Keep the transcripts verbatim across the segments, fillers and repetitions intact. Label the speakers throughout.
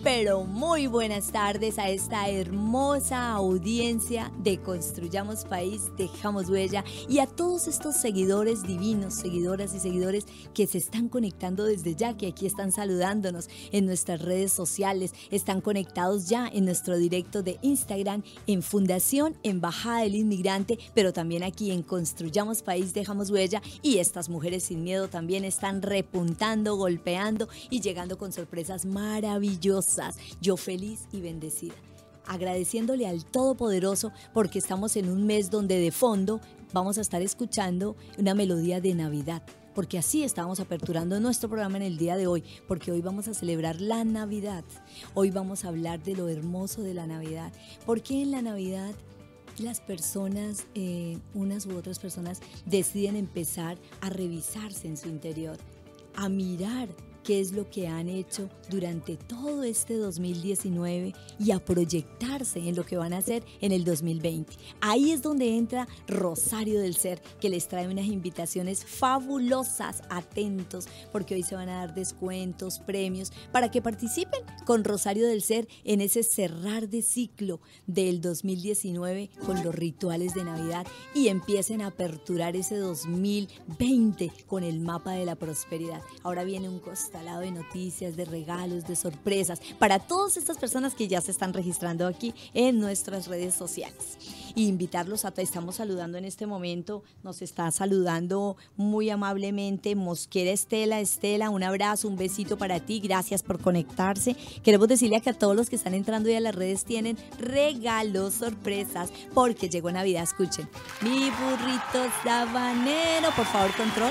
Speaker 1: pero muy buenas tardes a esta hermosa audiencia de Construyamos País, Dejamos Huella y a todos estos seguidores divinos, seguidoras y seguidores que se están conectando desde ya, que aquí están saludándonos en nuestras redes sociales, están conectados ya en nuestro directo de Instagram, en Fundación Embajada del Inmigrante, pero también aquí en Construyamos País, Dejamos Huella, y estas mujeres sin miedo también están repuntando, golpeando y llegando con sorpresas maravillosas. Yo feliz y bendecida, agradeciéndole al Todopoderoso porque estamos en un mes donde de fondo vamos a estar escuchando una melodía de Navidad, porque así estamos aperturando nuestro programa en el día de hoy, porque hoy vamos a celebrar la Navidad, hoy vamos a hablar de lo hermoso de la Navidad, porque en la Navidad las personas, eh, unas u otras personas, deciden empezar a revisarse en su interior, a mirar qué es lo que han hecho durante todo este dos mil diecinueve y a proyectarse en lo que van a hacer en el dos mil veinte. Ahí es donde entra Rosario del Ser, que les trae unas invitaciones fabulosas, atentos, porque hoy se van a dar descuentos, premios, para que participen con Rosario del Ser en ese cerrar de ciclo del dos mil diecinueve con los rituales de Navidad y empiecen a aperturar ese dos mil veinte con el mapa de la prosperidad. Ahora viene un costalado de noticias, de regalos, de sorpresas para todas estas personas que ya se están registrando aquí en nuestras redes sociales. Y invitarlos a, estamos saludando en este momento, nos está saludando muy amablemente Mosquera Estela. Estela, un abrazo, un besito para ti, gracias por conectarse. Queremos decirle que a todos los que están entrando ya a las redes tienen regalos, sorpresas, porque llegó Navidad. Escuchen, mi burrito sabanero, por favor, control.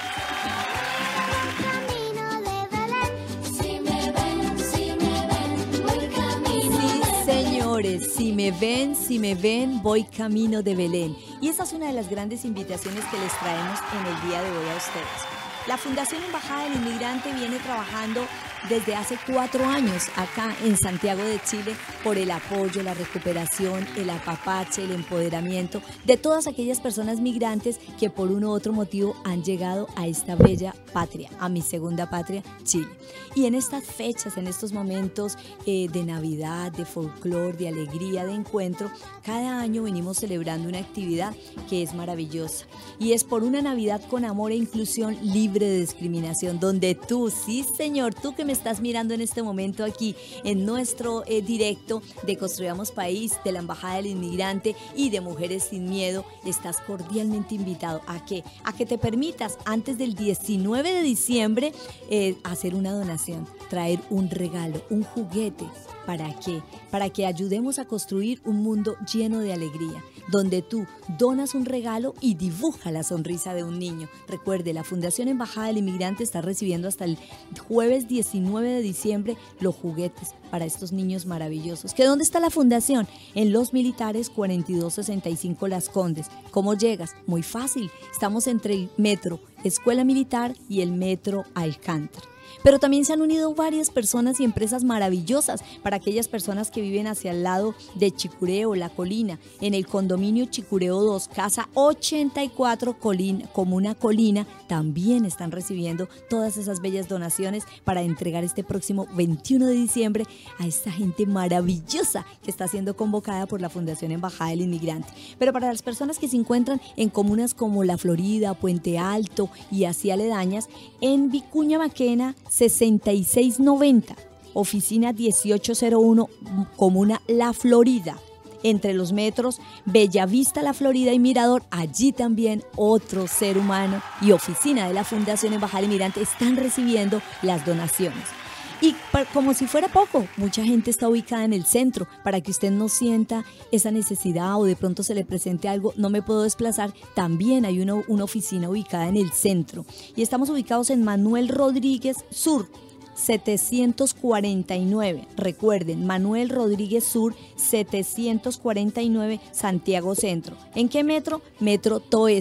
Speaker 1: Señores, si me ven, si me ven, voy camino de Belén. Y esa es una de las grandes invitaciones que les traemos en el día de hoy a ustedes. La Fundación Embajada del Inmigrante viene trabajando desde hace cuatro años acá en Santiago de Chile por el apoyo, la recuperación, el apapache, el empoderamiento de todas aquellas personas migrantes que por uno u otro motivo han llegado a esta bella patria, a mi segunda patria, Chile. Y en estas fechas, en estos momentos eh, de Navidad, de folclore, de alegría, de encuentro, cada año venimos celebrando una actividad que es maravillosa. Y es por una Navidad con amor e inclusión libre de discriminación, donde tú, sí señor, tú que me estás mirando en este momento aquí en nuestro eh, directo de Construyamos País, de la Embajada del Inmigrante y de Mujeres Sin Miedo, estás cordialmente invitado a que, a que te permitas antes del diecinueve de diciembre eh, hacer una donación, traer un regalo, un juguete. ¿Para qué? Para que ayudemos a construir un mundo lleno de alegría, donde tú donas un regalo y dibuja la sonrisa de un niño. Recuerde, la Fundación Embajada del Inmigrante está recibiendo hasta el jueves diecinueve de diciembre los juguetes para estos niños maravillosos. ¿Que dónde está la fundación? En Los Militares cuarenta y dos sesenta y cinco Las Condes. ¿Cómo llegas? Muy fácil. Estamos entre el metro Escuela Militar y el metro Alcántara. Pero también se han unido varias personas y empresas maravillosas para aquellas personas que viven hacia el lado de Chicureo, La Colina, en el condominio Chicureo dos, Casa ochenta y cuatro, Colina, Comuna Colina, también están recibiendo todas esas bellas donaciones para entregar este próximo veintiuno de diciembre a esta gente maravillosa que está siendo convocada por la Fundación Embajada del Inmigrante. Pero para las personas que se encuentran en comunas como La Florida, Puente Alto y así aledañas, en Vicuña Maquena, sesenta y seis noventa, oficina dieciocho cero uno, comuna La Florida, entre los metros Bellavista, La Florida y Mirador. Allí también otro ser humano y oficina de la Fundación Embajada del Inmigrante están recibiendo las donaciones. Y como si fuera poco, mucha gente está ubicada en el centro para que usted no sienta esa necesidad o de pronto se le presente algo, no me puedo desplazar. También hay una, una oficina ubicada en el centro y estamos ubicados en Manuel Rodríguez Sur setecientos cuarenta y nueve. Recuerden, Manuel Rodríguez Sur setecientos cuarenta y nueve, Santiago Centro. ¿En qué metro? Metro Toesca.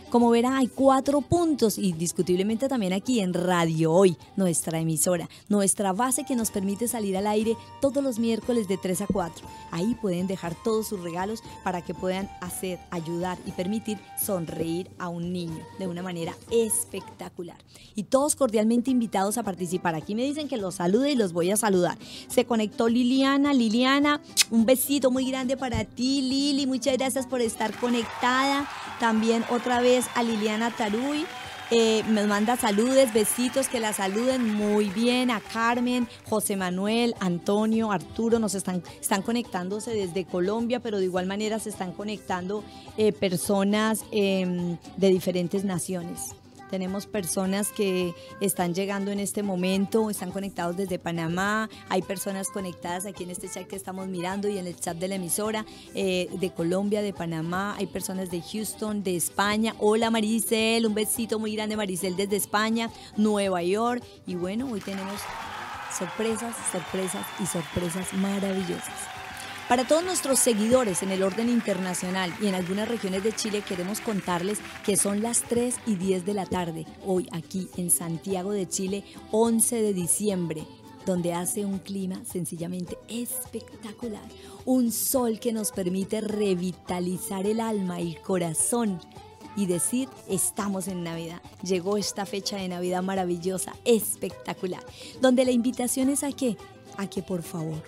Speaker 1: Como verá, hay cuatro puntos, indiscutiblemente también aquí en Radio Hoy, nuestra emisora, nuestra base que nos permite salir al aire todos los miércoles de tres a cuatro. Ahí pueden dejar todos sus regalos para que puedan hacer, ayudar y permitir sonreír a un niño de una manera espectacular. Y todos cordialmente invitados a participar. Aquí me dicen que los salude y los voy a saludar. Se conectó Liliana. Liliana, un besito muy grande para ti, Lili. Muchas gracias por estar conectada. También otra vez a Liliana Taruy. Eh, me manda saludes, besitos, que la saluden muy bien. A Carmen, José Manuel, Antonio, Arturo, nos están, están conectándose desde Colombia, pero de igual manera se están conectando eh, personas eh, de diferentes naciones. Tenemos personas que están llegando en este momento, están conectados desde Panamá, hay personas conectadas aquí en este chat que estamos mirando y en el chat de la emisora, eh, de Colombia, de Panamá, hay personas de Houston, de España. Hola Maricel, un besito muy grande Maricel desde España, Nueva York. Y bueno, hoy tenemos sorpresas, sorpresas y sorpresas maravillosas. Para todos nuestros seguidores en el orden internacional y en algunas regiones de Chile, queremos contarles que son las tres y diez de la tarde, hoy aquí en Santiago de Chile, once de diciembre, donde hace un clima sencillamente espectacular, un sol que nos permite revitalizar el alma y el corazón y decir, estamos en Navidad, llegó esta fecha de Navidad maravillosa, espectacular, donde la invitación es a que, a que por favor,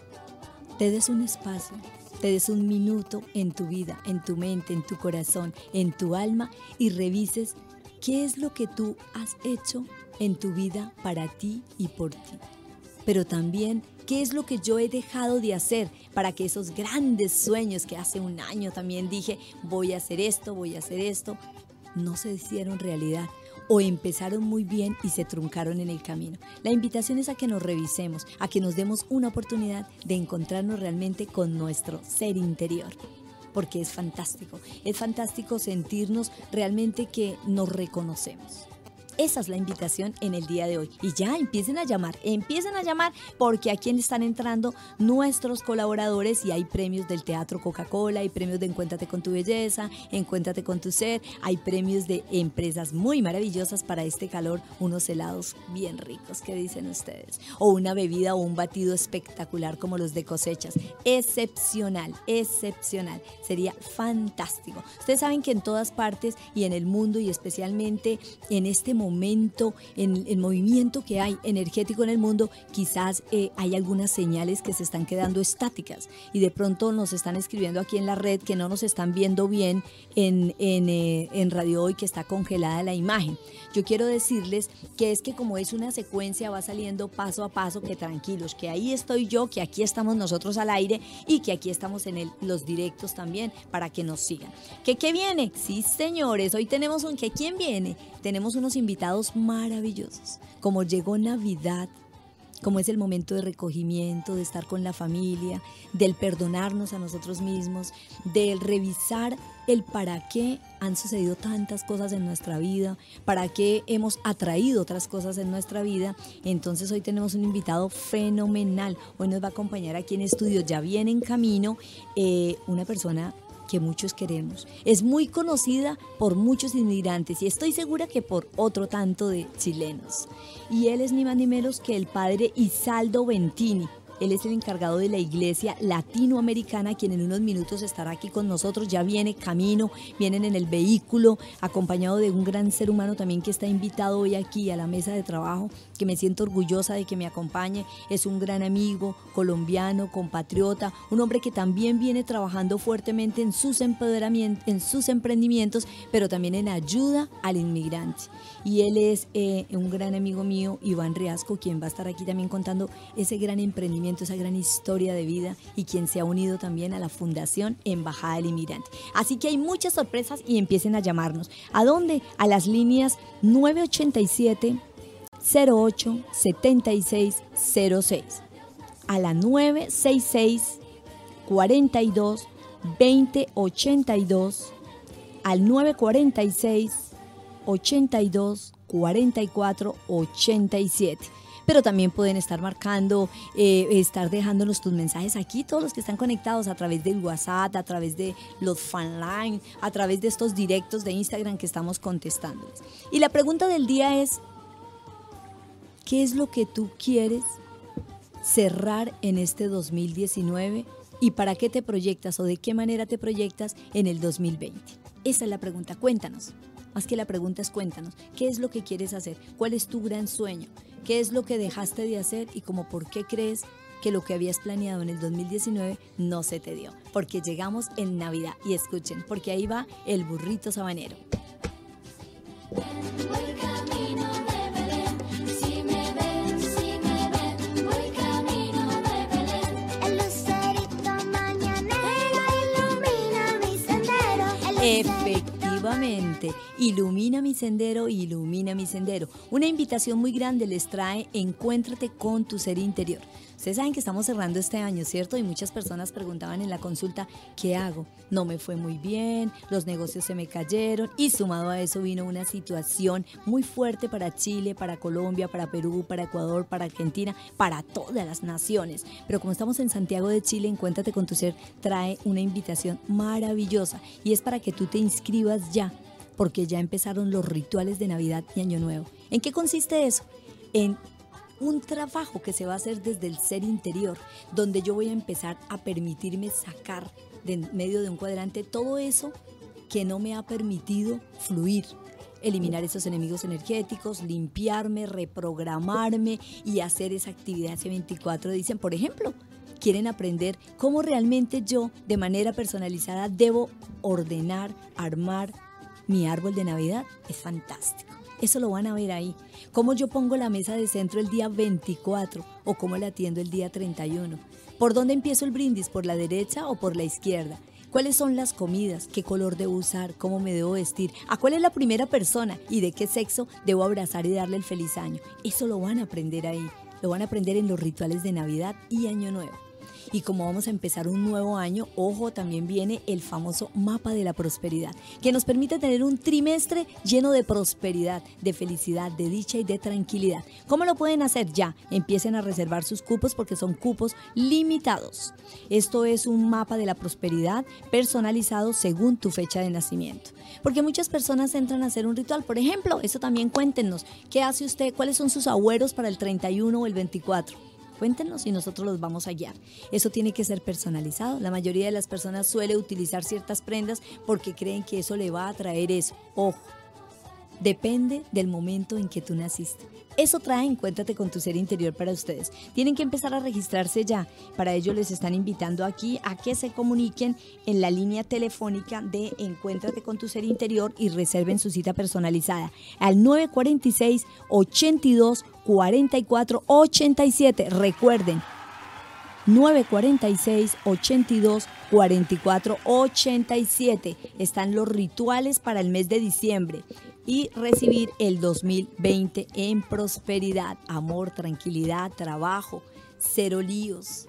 Speaker 1: te des un espacio, te des un minuto en tu vida, en tu mente, en tu corazón, en tu alma y revises qué es lo que tú has hecho en tu vida para ti y por ti. Pero también qué es lo que yo he dejado de hacer para que esos grandes sueños que hace un año también dije, voy a hacer esto, voy a hacer esto, no se hicieron realidad. O empezaron muy bien y se truncaron en el camino. La invitación es a que nos revisemos, a que nos demos una oportunidad de encontrarnos realmente con nuestro ser interior. Porque es fantástico, es fantástico sentirnos realmente que nos reconocemos. Esa es la invitación en el día de hoy. Y ya empiecen a llamar, empiecen a llamar porque aquí están entrando nuestros colaboradores y hay premios del Teatro Coca-Cola, hay premios de Encuéntrate con tu belleza, Encuéntrate con tu ser, hay premios de empresas muy maravillosas para este calor, unos helados bien ricos, ¿qué dicen ustedes? O una bebida o un batido espectacular como los de Cosechas. Excepcional, excepcional. Sería fantástico. Ustedes saben que en todas partes y en el mundo y especialmente en este momento, momento, en el movimiento que hay energético en el mundo, quizás eh, hay algunas señales que se están quedando estáticas y de pronto nos están escribiendo aquí en la red que no nos están viendo bien en, en, eh, en Radio Hoy, que está congelada la imagen. Yo quiero decirles que es que como es una secuencia, va saliendo paso a paso, que tranquilos, que ahí estoy yo, que aquí estamos nosotros al aire y que aquí estamos en el, los directos también para que nos sigan. ¿Qué, qué viene? Sí, señores, hoy tenemos un ¿qué? ¿Quién viene? Tenemos unos invitados maravillosos. Como llegó Navidad, como es el momento de recogimiento, de estar con la familia, del perdonarnos a nosotros mismos, del revisar el para qué han sucedido tantas cosas en nuestra vida, para qué hemos atraído otras cosas en nuestra vida. Entonces hoy tenemos un invitado fenomenal. Hoy nos va a acompañar aquí en estudio, ya viene en camino, eh, una persona que muchos queremos. Es muy conocida por muchos inmigrantes y estoy segura que por otro tanto de chilenos. Y él es ni más ni menos que el padre Isaldo Ventini. Él es el encargado de la iglesia latinoamericana, quien en unos minutos estará aquí con nosotros. Ya viene camino, vienen en el vehículo, acompañado de un gran ser humano también que está invitado hoy aquí a la mesa de trabajo, que me siento orgullosa de que me acompañe. Es un gran amigo, colombiano, compatriota, un hombre que también viene trabajando fuertemente en sus empoderamientos, en sus emprendimientos, pero también en ayuda al inmigrante. Y él es eh, un gran amigo mío, Iván Riasco, quien va a estar aquí también contando ese gran emprendimiento, esa gran historia de vida y quien se ha unido también a la Fundación Embajada del Inmigrante. Así que hay muchas sorpresas y empiecen a llamarnos. ¿A dónde? A las líneas nueve ochenta y siete, cero ocho, setenta y seis cero seis, a la nueve sesenta y seis, cuarenta y dos, veinte ochenta y dos, al nueve cuarenta y seis, ochenta y dos, cuarenta y cuatro, ochenta y siete. pero también pueden estar marcando, eh, estar dejándonos tus mensajes aquí, todos los que están conectados a través del WhatsApp, a través de los fanline, a través de estos directos de Instagram que estamos contestándoles. Y la pregunta del día es, ¿qué es lo que tú quieres cerrar en este dos mil diecinueve y para qué te proyectas o de qué manera te proyectas en el dos mil veinte? Esa es la pregunta, cuéntanos. Más que la pregunta es cuéntanos, ¿qué es lo que quieres hacer? ¿Cuál es tu gran sueño? ¿Qué es lo que dejaste de hacer y como por qué crees que lo que habías planeado en el dos mil diecinueve no se te dio? Porque llegamos en Navidad y escuchen, porque ahí va el burrito sabanero. Efectivamente, ilumina mi sendero, ilumina mi sendero. Una invitación muy grande les trae Encuéntrate con tu ser interior. Ustedes saben que estamos cerrando este año, ¿cierto? Y muchas personas preguntaban en la consulta, ¿qué hago? No me fue muy bien, los negocios se me cayeron y sumado a eso vino una situación muy fuerte para Chile, para Colombia, para Perú, para Ecuador, para Argentina, para todas las naciones. Pero como estamos en Santiago de Chile, Encuéntrate con tu ser trae una invitación maravillosa y es para que tú te inscribas ya, porque ya empezaron los rituales de Navidad y Año Nuevo. ¿En qué consiste eso? En un trabajo que se va a hacer desde el ser interior, donde yo voy a empezar a permitirme sacar de en medio de un cuadrante todo eso que no me ha permitido fluir, eliminar esos enemigos energéticos, limpiarme, reprogramarme y hacer esa actividad ese veinticuatro de diciembre. Por ejemplo, quieren aprender cómo realmente yo, de manera personalizada, debo ordenar, armar mi árbol de Navidad. Es fantástico. Eso lo van a ver ahí. Cómo yo pongo la mesa de centro el día veinticuatro o cómo la atiendo el día treinta y uno. ¿Por dónde empiezo el brindis? ¿Por la derecha o por la izquierda? ¿Cuáles son las comidas? ¿Qué color debo usar? ¿Cómo me debo vestir? ¿A cuál es la primera persona? ¿Y de qué sexo debo abrazar y darle el feliz año? Eso lo van a aprender ahí. Lo van a aprender en los rituales de Navidad y Año Nuevo. Y como vamos a empezar un nuevo año, ojo, también viene el famoso mapa de la prosperidad, que nos permite tener un trimestre lleno de prosperidad, de felicidad, de dicha y de tranquilidad. ¿Cómo lo pueden hacer? Ya, empiecen a reservar sus cupos porque son cupos limitados. Esto es un mapa de la prosperidad personalizado según tu fecha de nacimiento. Porque muchas personas entran a hacer un ritual. Por ejemplo, eso también cuéntenos. ¿Qué hace usted? ¿Cuáles son sus agüeros para el treinta y uno o el veinticuatro? Cuéntenos y nosotros los vamos a guiar. Eso tiene que ser personalizado. La mayoría de las personas suele utilizar ciertas prendas porque creen que eso le va a traer eso. Ojo, depende del momento en que tú naciste. Eso trae Encuéntrate con tu ser interior para ustedes. Tienen que empezar a registrarse ya. Para ello les están invitando aquí a que se comuniquen en la línea telefónica de Encuéntrate con tu ser interior y reserven su cita personalizada al nueve cuatro seis, ochenta y dos, cuarenta y cuatro, ochenta y siete. Recuerden, nueve cuatro seis, ochenta y dos, cuarenta y cuatro, ochenta y siete. Están los rituales para el mes de diciembre y recibir el dos mil veinte en prosperidad, amor, tranquilidad, trabajo, cero líos,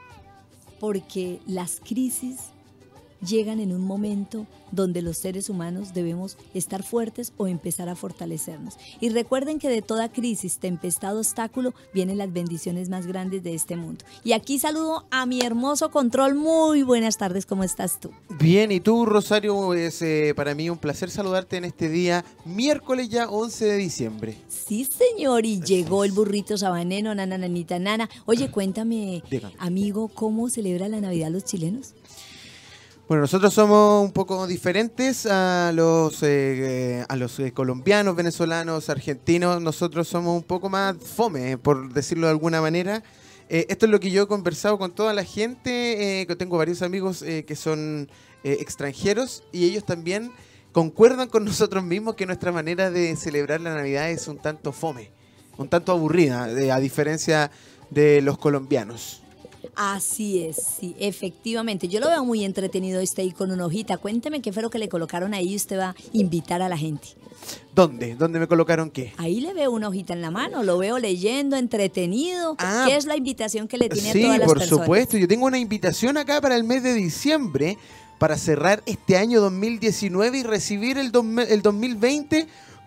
Speaker 1: porque las crisis llegan en un momento donde los seres humanos debemos estar fuertes o empezar a fortalecernos. Y recuerden que de toda crisis, tempestad, obstáculo, vienen las bendiciones más grandes de este mundo. Y aquí saludo a mi hermoso control. Muy buenas tardes, ¿cómo estás tú?
Speaker 2: Bien, y tú, Rosario, es eh, para mí un placer saludarte en este día, miércoles ya once de diciembre.
Speaker 1: Sí, señor, y llegó el burrito sabanero, nana, nanita, nana. Oye, cuéntame,
Speaker 2: Dígame.
Speaker 1: amigo, ¿cómo celebra la Navidad los chilenos?
Speaker 2: Bueno, nosotros somos un poco diferentes a los, eh, a los eh, colombianos, venezolanos, argentinos. Nosotros somos un poco más fome, por decirlo de alguna manera. Eh, esto es lo que yo he conversado con toda la gente, eh, que tengo varios amigos eh, que son eh, extranjeros y ellos también concuerdan con nosotros mismos que nuestra manera de celebrar la Navidad es un tanto fome, un tanto aburrida, de, a diferencia de los colombianos.
Speaker 1: Así es, sí, efectivamente. Yo lo veo muy entretenido este ahí con una hojita. Cuénteme qué fue lo que le colocaron ahí y usted va a invitar a la gente.
Speaker 2: ¿Dónde? ¿Dónde me colocaron qué?
Speaker 1: Ahí le veo una hojita en la mano, lo veo leyendo, entretenido.
Speaker 2: Ah,
Speaker 1: ¿qué es la invitación que le tiene
Speaker 2: sí,
Speaker 1: a todas las
Speaker 2: por
Speaker 1: personas?
Speaker 2: supuesto. Yo tengo una invitación acá para el mes de diciembre para cerrar este año dos mil diecinueve y recibir el, dos, el dos mil veinte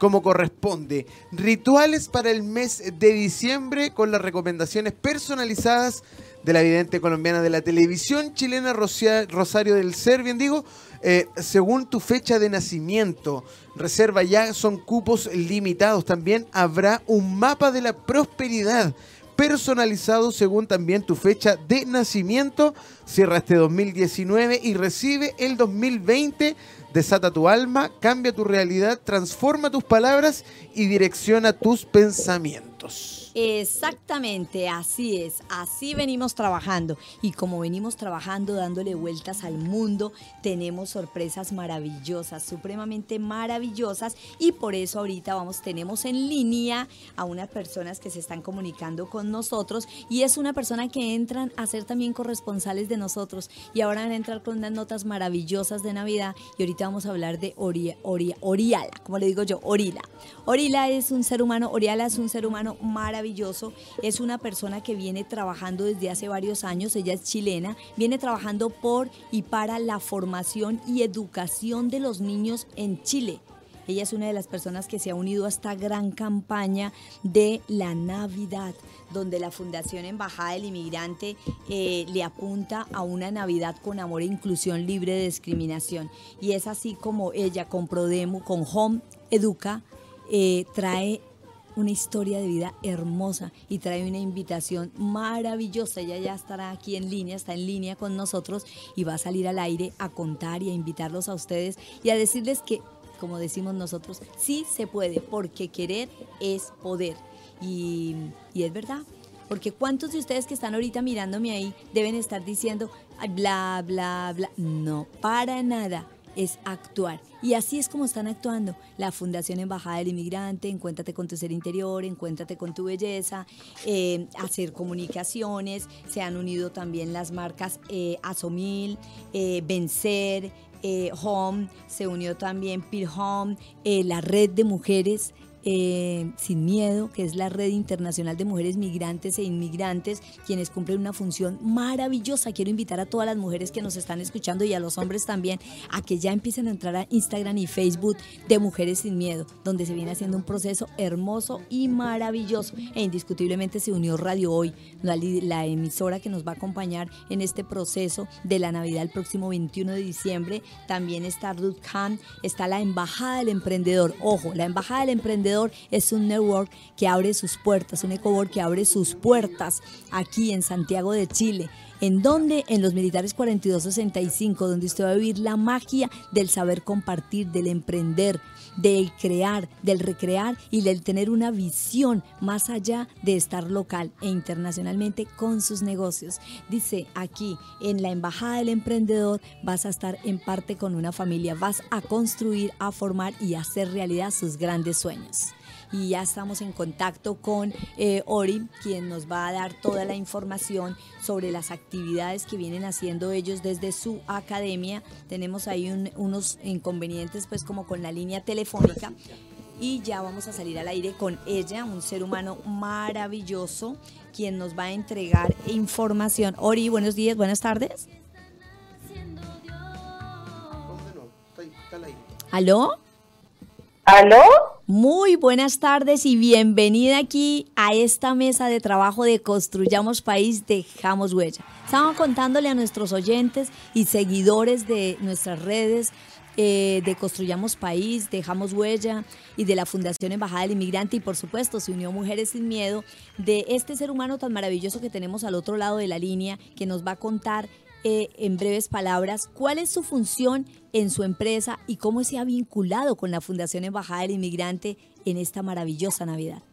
Speaker 2: como corresponde. Rituales para el mes de diciembre con las recomendaciones personalizadas de la vidente colombiana de la televisión chilena, Rosia, Rosario del Ser, bien digo, eh, según tu fecha de nacimiento. Reserva ya, son cupos limitados. También habrá un mapa de la prosperidad personalizado según también tu fecha de nacimiento. Cierra este dos mil diecinueve y recibe el dos mil veinte. Desata tu alma, cambia tu realidad, transforma tus palabras y direcciona tus pensamientos.
Speaker 1: Exactamente, así es, así venimos trabajando y como venimos trabajando dándole vueltas al mundo, tenemos sorpresas maravillosas, supremamente maravillosas y por eso ahorita vamos, tenemos en línea a unas personas que se están comunicando con nosotros y es una persona que entran a ser también corresponsales de nosotros y ahora van a entrar con unas notas maravillosas de Navidad y ahorita vamos a hablar de Ori, Ori, Oriala, como le digo yo, Orila. Orila es un ser humano, Oriala es un ser humano maravilloso. Maravilloso, es una persona que viene trabajando desde hace varios años, ella es chilena, viene trabajando por y para la formación y educación de los niños en Chile. Ella es una de las personas que se ha unido a esta gran campaña de la Navidad, donde la Fundación Embajada del Inmigrante eh, le apunta a una Navidad con amor e inclusión libre de discriminación. Y es así como ella con Prodemo, con Home Educa, eh, trae una historia de vida hermosa y trae una invitación maravillosa. Ella ya estará aquí en línea, está en línea con nosotros y va a salir al aire a contar y a invitarlos a ustedes y a decirles que, como decimos nosotros, sí se puede, porque querer es poder. Y, y es verdad, porque ¿cuántos de ustedes que están ahorita mirándome ahí deben estar diciendo ay, bla, bla, bla? No, para nada. Es actuar. Y así es como están actuando. La Fundación Embajada del Inmigrante, Encuéntrate con tu ser interior, Encuéntrate con tu belleza, eh, hacer comunicaciones. Se han unido también las marcas eh, Asomil, eh, Vencer, eh, Home, se unió también Peer Home, eh, la red de mujeres Eh, Sin Miedo, que es la red internacional de mujeres migrantes e inmigrantes, quienes cumplen una función maravillosa. Quiero invitar a todas las mujeres que nos están escuchando y a los hombres también a que ya empiecen a entrar a Instagram y Facebook de Mujeres Sin Miedo, donde se viene haciendo un proceso hermoso y maravilloso. E indiscutiblemente se unió Radio Hoy, la, la emisora que nos va a acompañar en este proceso de la Navidad el próximo veintiuno de diciembre. También está Ruth Khan, está la Embajada del Emprendedor. Ojo, la Embajada del Emprendedor es un network que abre sus puertas, un ecowork que abre sus puertas aquí en Santiago de Chile. ¿En dónde? En los Militares cuarenta y dos sesenta y cinco, donde usted va a vivir la magia del saber compartir, del emprender, del crear, del recrear y del tener una visión más allá de estar local e internacionalmente con sus negocios. Dice aquí, en la Embajada del Emprendedor vas a estar en parte con una familia, vas a construir, a formar y a hacer realidad sus grandes sueños. Y ya estamos en contacto con eh, Ori, quien nos va a dar toda la información sobre las actividades que vienen haciendo ellos desde su academia. Tenemos ahí un, unos inconvenientes pues como con la línea telefónica y ya vamos a salir al aire con ella, un ser humano maravilloso, quien nos va a entregar información. Ori, buenos días, buenas tardes. ¿Aló?
Speaker 3: ¿Aló?
Speaker 1: Muy buenas tardes y bienvenida aquí a esta mesa de trabajo de Construyamos País, Dejamos Huella. Estamos contándole a nuestros oyentes y seguidores de nuestras redes eh, de Construyamos País, Dejamos Huella y de la Fundación Embajada del Inmigrante y por supuesto se unió Mujeres Sin Miedo, de este ser humano tan maravilloso que tenemos al otro lado de la línea, que nos va a contar Eh, en breves palabras, ¿cuál es su función en su empresa y cómo se ha vinculado con la Fundación Embajada del Inmigrante en esta maravillosa Navidad?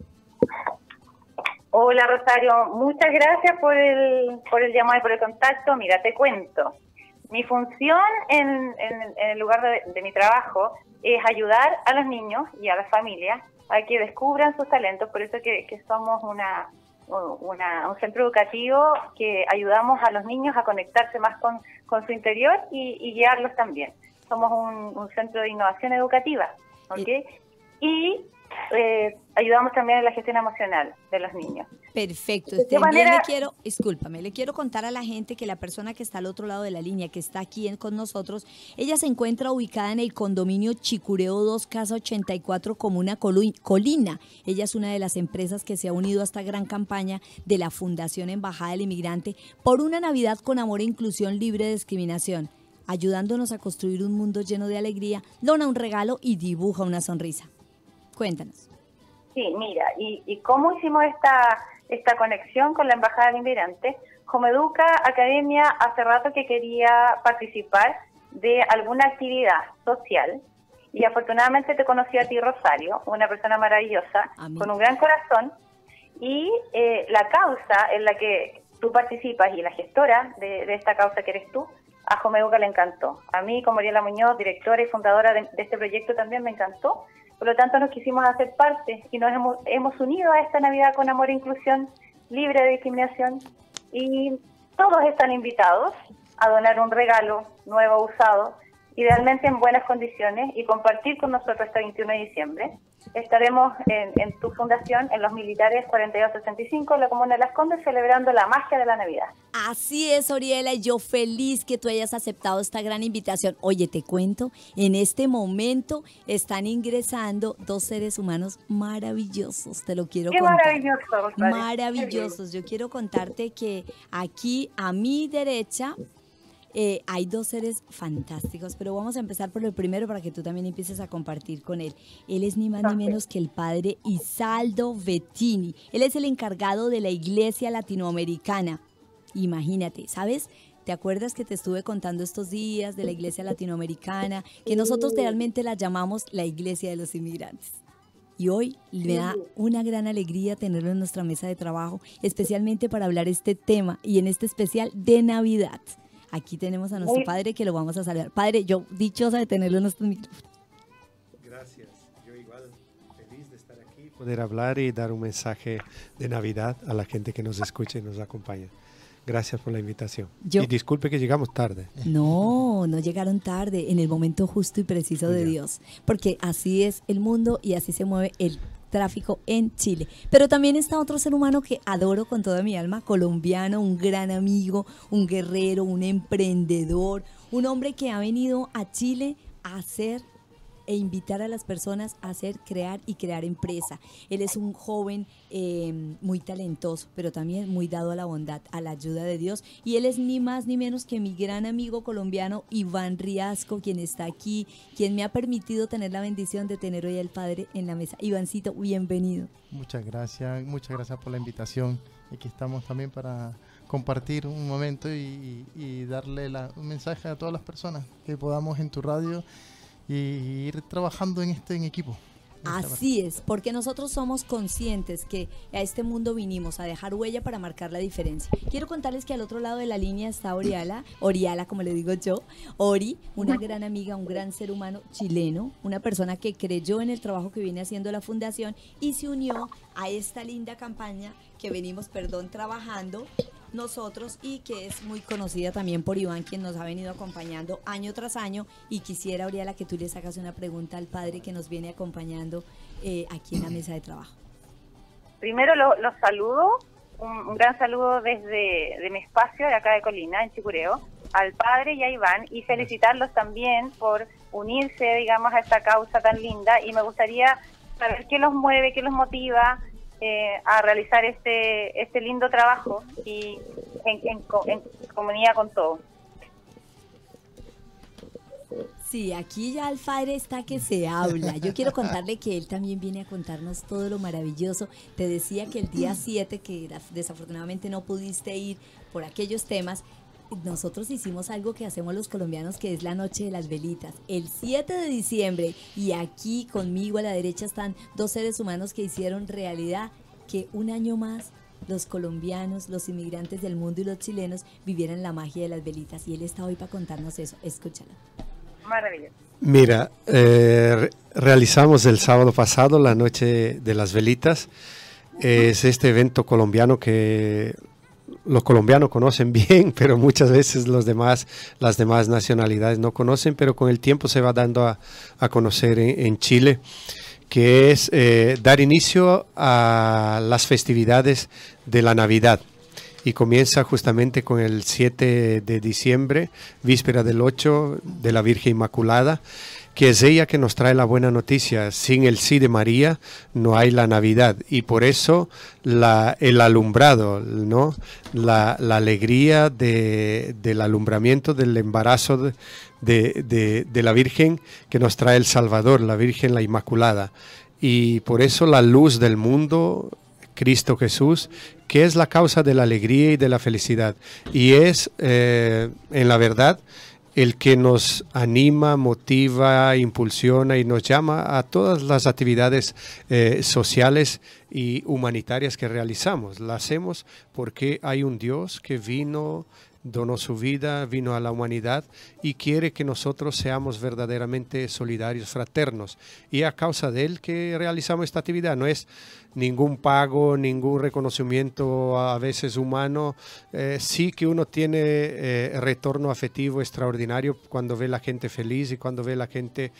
Speaker 3: Hola Rosario, muchas gracias por el, por el llamado y por el contacto. Mira, te cuento. Mi función en, en, en el lugar de, de mi trabajo es ayudar a los niños y a las familias a que descubran sus talentos, por eso que, que somos una... Una, un centro educativo que ayudamos a los niños a conectarse más con, con su interior y, y guiarlos también. Somos un, un centro de innovación educativa, ¿ok? Y eh, ayudamos también en la gestión emocional de los niños.
Speaker 1: Perfecto.
Speaker 3: ¿De qué
Speaker 1: También
Speaker 3: manera?
Speaker 1: le quiero, discúlpame, le quiero contar a la gente que la persona que está al otro lado de la línea, que está aquí en- con nosotros, ella se encuentra ubicada en el condominio Chicureo dos, Casa ochenta y cuatro, Comuna Colu- Colina. Ella es una de las empresas que se ha unido a esta gran campaña de la Fundación Embajada del Inmigrante por una Navidad con amor e inclusión libre de discriminación, ayudándonos a construir un mundo lleno de alegría. Dona un regalo y dibuja una sonrisa. Cuéntanos.
Speaker 3: Sí, mira, y, y cómo hicimos esta, esta conexión con la Embajada del Inmigrante. Jomeduca Academia hace rato que quería participar de alguna actividad social y afortunadamente te conocí a ti, Rosario, una persona maravillosa,
Speaker 1: A mí.
Speaker 3: con un gran corazón, y eh, la causa en la que tú participas y la gestora de, de esta causa que eres tú, a Jomeduca le encantó. A mí, como Ariela Muñoz, directora y fundadora de, de este proyecto, también me encantó. Por lo tanto, nos quisimos hacer parte y nos hemos, hemos unido a esta Navidad con amor e inclusión, libre de discriminación. Y todos están invitados a donar un regalo nuevo o usado, idealmente en buenas condiciones, y compartir con nosotros este veintiuno de diciembre. Estaremos en, en tu fundación, en Los Militares cuarenta y dos sesenta y cinco, en la Comuna de Las Condes, celebrando la magia de la Navidad.
Speaker 1: Así es, Oriela, y yo feliz que tú hayas aceptado esta gran invitación. Oye, te cuento, en este momento están ingresando dos seres humanos maravillosos, te lo quiero
Speaker 3: ¡Qué
Speaker 1: contar.
Speaker 3: maravilloso, Rosario!
Speaker 1: Maravillosos. Yo quiero contarte que aquí a mi derecha eh, hay dos seres fantásticos, pero vamos a empezar por el primero para que tú también empieces a compartir con él. Él es ni más ni menos que el padre Isaldo Bettini. Él es el encargado de la Iglesia Latinoamericana. Imagínate, ¿sabes? ¿Te acuerdas que te estuve contando estos días de la Iglesia Latinoamericana? Que nosotros realmente la llamamos la Iglesia de los Inmigrantes. Y hoy me da una gran alegría tenerlo en nuestra mesa de trabajo, especialmente para hablar este tema y en este especial de Navidad. Aquí tenemos a nuestro padre que lo vamos a saludar. Padre, yo dichosa de tenerlo en nuestros micrófonos.
Speaker 4: Gracias. Yo igual feliz de estar aquí, poder hablar y dar un mensaje de Navidad a la gente que nos escucha y nos acompaña. Gracias por la invitación.
Speaker 1: Yo-
Speaker 4: Y disculpe que llegamos tarde.
Speaker 1: No, no llegaron tarde, en el momento justo y preciso de
Speaker 4: Ya.
Speaker 1: Dios, porque así es el mundo y así se mueve el tráfico en Chile. Pero también está otro ser humano que adoro con toda mi alma, colombiano, un gran amigo, un guerrero, un emprendedor, un hombre que ha venido a Chile a hacer e invitar a las personas a hacer, crear y crear empresa. Él es un joven eh, muy talentoso, pero también muy dado a la bondad, a la ayuda de Dios. Y él es ni más ni menos que mi gran amigo colombiano, Iván Riasco, quien está aquí, quien me ha permitido tener la bendición de tener hoy al Padre en la mesa. Ivancito, bienvenido.
Speaker 5: Muchas gracias, muchas gracias por la invitación. Aquí estamos también para compartir un momento y, y- y darle la- un mensaje a todas las personas que podamos en tu radio y ir trabajando en este en equipo.
Speaker 1: Así es, porque nosotros somos conscientes que a este mundo vinimos a dejar huella para marcar la diferencia. Quiero contarles que al otro lado de la línea está Oriala, Oriala como le digo yo, Ori, una gran amiga, un gran ser humano chileno, una persona que creyó en el trabajo que viene haciendo la fundación y se unió a esta linda campaña que venimos, perdón, trabajando nosotros y que es muy conocida también por Iván, quien nos ha venido acompañando año tras año. Y quisiera, Oriala, que tú les hagas una pregunta al padre que nos viene acompañando eh, aquí en la mesa de trabajo.
Speaker 3: Primero lo- los saludo, un, un gran saludo desde de mi espacio de acá de Colina, en Chicureo, al padre y a Iván, y felicitarlos también por unirse, digamos, a esta causa tan linda. Y me gustaría saber qué los mueve, qué los motiva eh, a realizar este este lindo trabajo y en, en, co- en comunidad con todos.
Speaker 1: Sí, aquí ya el padre está que se habla. Yo quiero contarle que él también viene a contarnos todo lo maravilloso. Te decía que el día siete, que desafortunadamente no pudiste ir por aquellos temas, nosotros hicimos algo que hacemos los colombianos, que es la noche de las velitas. El siete de diciembre, y aquí conmigo a la derecha están dos seres humanos que hicieron realidad que un año más los colombianos, los inmigrantes del mundo y los chilenos vivieran la magia de las velitas. Y él está hoy para contarnos eso. Escúchalo.
Speaker 3: Maravilloso.
Speaker 4: Mira, eh, re- realizamos el sábado pasado la Noche de las Velitas. Es este evento colombiano que los colombianos conocen bien, pero muchas veces los demás, las demás nacionalidades no conocen, pero con el tiempo se va dando a, a conocer en, en Chile, que es eh, dar inicio a las festividades de la Navidad. Y comienza justamente con el siete de diciembre, víspera del ocho de la Virgen Inmaculada, que es ella que nos trae la buena noticia. Sin el sí de María no hay la Navidad, y por eso la, el alumbrado, ¿no? la, la alegría de, del alumbramiento, del embarazo de, de, de, de la Virgen que nos trae el Salvador, la Virgen la Inmaculada. Y por eso la luz del mundo, Cristo Jesús, que es la causa de la alegría y de la felicidad, y es eh, en la verdad el que nos anima, motiva, impulsiona y nos llama a todas las actividades eh, sociales y humanitarias que realizamos. La hacemos porque hay un Dios que vino, donó su vida, vino a la humanidad y quiere que nosotros seamos verdaderamente solidarios, fraternos. Y a causa de él que realizamos esta actividad. No es ningún pago, ningún reconocimiento a veces humano. Eh, sí que uno tiene eh, retorno afectivo extraordinario cuando ve la gente feliz y cuando ve la gente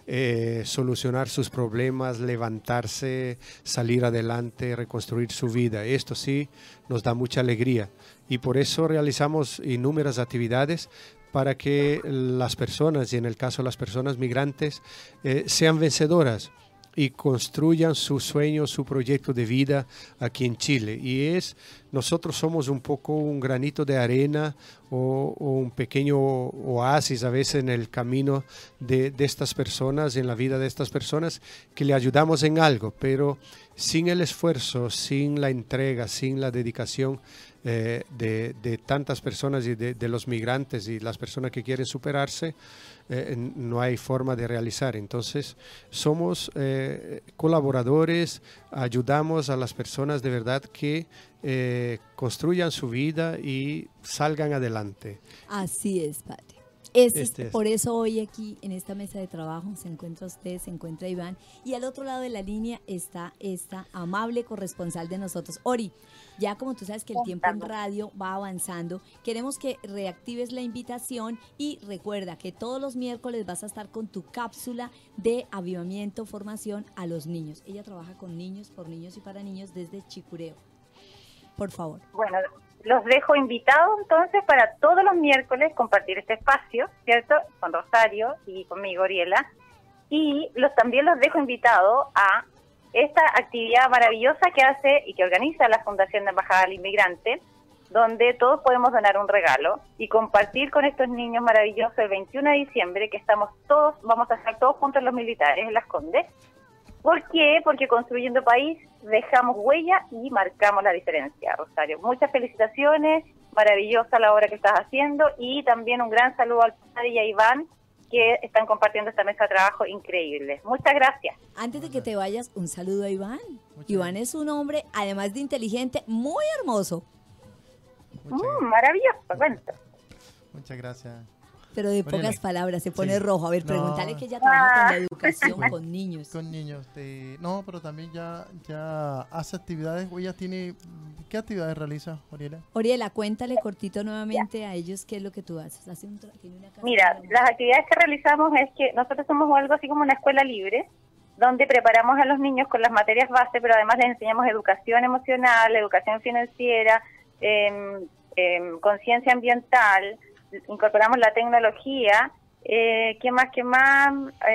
Speaker 4: eh, solucionar sus problemas, levantarse, salir adelante, reconstruir su vida. Esto sí nos da mucha alegría. Y por eso realizamos innumerables actividades para que las personas, y en el caso de las personas migrantes, eh, sean vencedoras y construyan su sueño, su proyecto de vida aquí en Chile. Y es, nosotros somos un poco un granito de arena o, o un pequeño oasis a veces en el camino de, de estas personas, en la vida de estas personas, que le ayudamos en algo, pero sin el esfuerzo, sin la entrega, sin la dedicación eh, de, de tantas personas y de, de los migrantes y las personas que quieren superarse, Eh, no hay forma de realizar. Entonces somos eh, colaboradores, ayudamos a las personas de verdad que eh, construyan su vida y salgan adelante.
Speaker 1: Así es, padre. Es,
Speaker 4: Este es.
Speaker 1: Por eso hoy aquí en esta mesa de trabajo se encuentra usted, se encuentra Iván, y al otro lado de la línea está esta amable corresponsal de nosotros, Ori. Ya como tú sabes que el tiempo en radio va avanzando, queremos que reactives la invitación y recuerda que todos los miércoles vas a estar con tu cápsula de avivamiento, formación a los niños. Ella trabaja con niños, por niños y para niños desde Chicureo. Por favor.
Speaker 3: Bueno, los dejo invitados entonces para todos los miércoles compartir este espacio, ¿cierto? Con Rosario y conmigo, Oriela. Y los, también los dejo invitados a esta actividad maravillosa que hace y que organiza la Fundación de Embajada del Inmigrante, donde todos podemos donar un regalo y compartir con estos niños maravillosos el veintiuno de diciembre, que estamos todos, vamos a estar todos juntos los militares en Las Condes. ¿Por qué? Porque construyendo país dejamos huella y marcamos la diferencia, Rosario. Muchas felicitaciones, maravillosa la obra que estás haciendo, y también un gran saludo al padre y a Iván, que están compartiendo esta mesa de trabajo increíble. Muchas gracias.
Speaker 1: Antes de que te vayas, un saludo a Iván.
Speaker 5: Muchas
Speaker 1: Iván es un hombre, además de inteligente, muy hermoso,
Speaker 5: Muchas,
Speaker 3: Mm, maravilloso, cuento.
Speaker 5: muchas gracias.
Speaker 1: pero de
Speaker 5: Oriela.
Speaker 1: pocas palabras, se pone
Speaker 5: Sí.
Speaker 1: rojo. A ver,
Speaker 5: No.
Speaker 1: pregúntale que ella trabaja con la
Speaker 3: Ah.
Speaker 1: educación,
Speaker 5: Con-
Speaker 1: con niños.
Speaker 5: Con niños. de- no, pero también ya, ya hace actividades. O ella tiene. ¿Qué actividades realiza, Oriela?
Speaker 1: Oriela, cuéntale cortito nuevamente a ellos qué es lo que tú haces. Hace un tra- tiene una casa
Speaker 3: Mira,
Speaker 1: de-
Speaker 3: las actividades que realizamos es que nosotros somos algo así como una escuela libre, donde preparamos a los niños con las materias base, pero además les enseñamos educación emocional, educación financiera, em, em, conciencia ambiental, incorporamos la tecnología, eh, ¿qué más, qué más?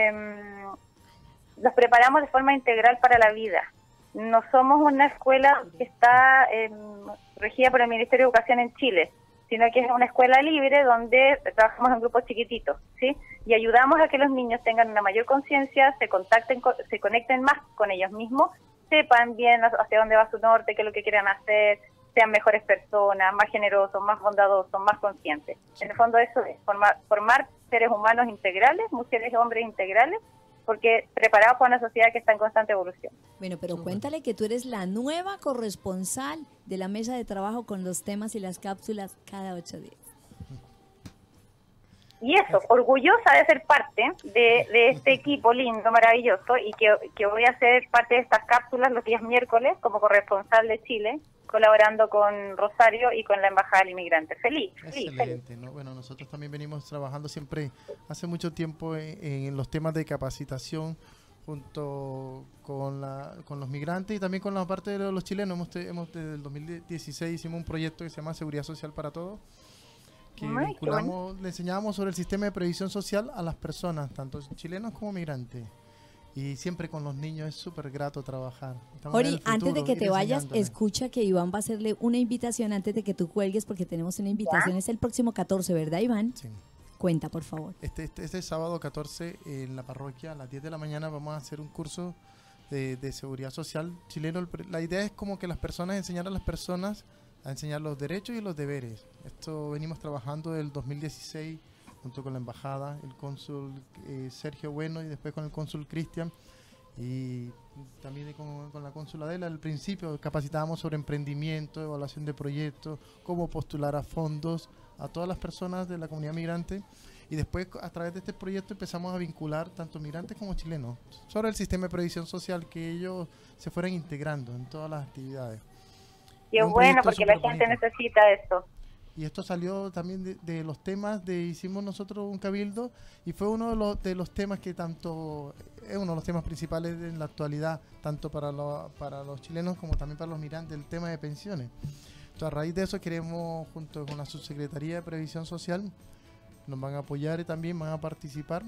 Speaker 3: Em, los preparamos de forma integral para la vida. No somos una escuela que está em, regida por el Ministerio de Educación en Chile, sino que es una escuela libre donde trabajamos en grupos chiquititos, ¿sí? Y ayudamos a que los niños tengan una mayor conciencia, se contacten, con- se conecten más con ellos mismos, sepan bien hacia dónde va su norte, qué es lo que quieren hacer, sean mejores personas, más generosos, más bondadosos, más conscientes. En el fondo eso es, formar, formar seres humanos integrales, mujeres y hombres integrales, porque preparados para una sociedad que está en constante evolución.
Speaker 1: Bueno, pero cuéntale que tú eres la nueva corresponsal de la mesa de trabajo con los temas y las cápsulas cada ocho días.
Speaker 3: Y eso, orgullosa de ser parte de, de este equipo lindo, maravilloso, y que, que voy a ser parte de estas cápsulas los días miércoles como corresponsal de Chile, colaborando con Rosario y con la Embajada del Inmigrante. Feliz, feliz, feliz.
Speaker 5: Excelente, ¿no? Bueno, nosotros también venimos trabajando siempre hace mucho tiempo en, en los temas de capacitación junto con, la, con los migrantes y también con la parte de los chilenos. Hemos, te, hemos desde el dos mil dieciséis hicimos un proyecto que se llama Seguridad Social para Todos, que
Speaker 3: Ay,
Speaker 5: vinculamos, bueno. le enseñábamos sobre el sistema de previsión social a las personas, tanto chilenos como migrantes. Y siempre con los niños es súper grato trabajar. Estamos
Speaker 1: Ori, antes de que te vayas,
Speaker 5: enseñándole.
Speaker 1: escucha que Iván va a hacerle una invitación antes de que tú cuelgues, porque tenemos una invitación,
Speaker 3: ¿Ya?
Speaker 1: es el próximo catorce, ¿verdad, Iván?
Speaker 5: Sí.
Speaker 1: Cuenta, por favor.
Speaker 5: Este, este, este sábado catorce en la parroquia a las diez de la mañana vamos a hacer un curso de, de seguridad social chileno. La idea es como que las personas, enseñar a las personas a enseñar los derechos y los deberes. Esto venimos trabajando del dos mil dieciséis junto con la embajada, el cónsul eh, Sergio Bueno y después con el cónsul Cristian y también con, con la cónsul Adela. Al principio capacitábamos sobre emprendimiento, evaluación de proyectos, cómo postular a fondos a todas las personas de la comunidad migrante, y después a través de este proyecto empezamos a vincular tanto migrantes como chilenos sobre el sistema de previsión social, que ellos se fueran integrando en todas las actividades.
Speaker 3: Y es
Speaker 5: Un
Speaker 3: bueno
Speaker 5: proyecto
Speaker 3: porque la
Speaker 5: súper
Speaker 3: gente
Speaker 5: bonito.
Speaker 3: necesita esto.
Speaker 5: Y esto salió también de, de los temas de, hicimos nosotros un cabildo, y fue uno de los, de los temas que tanto, es uno de los temas principales en la actualidad, tanto para, lo, para los chilenos como también para los migrantes, el tema de pensiones. Entonces, a raíz de eso queremos, junto con la Subsecretaría de Previsión Social, nos van a apoyar y también van a participar.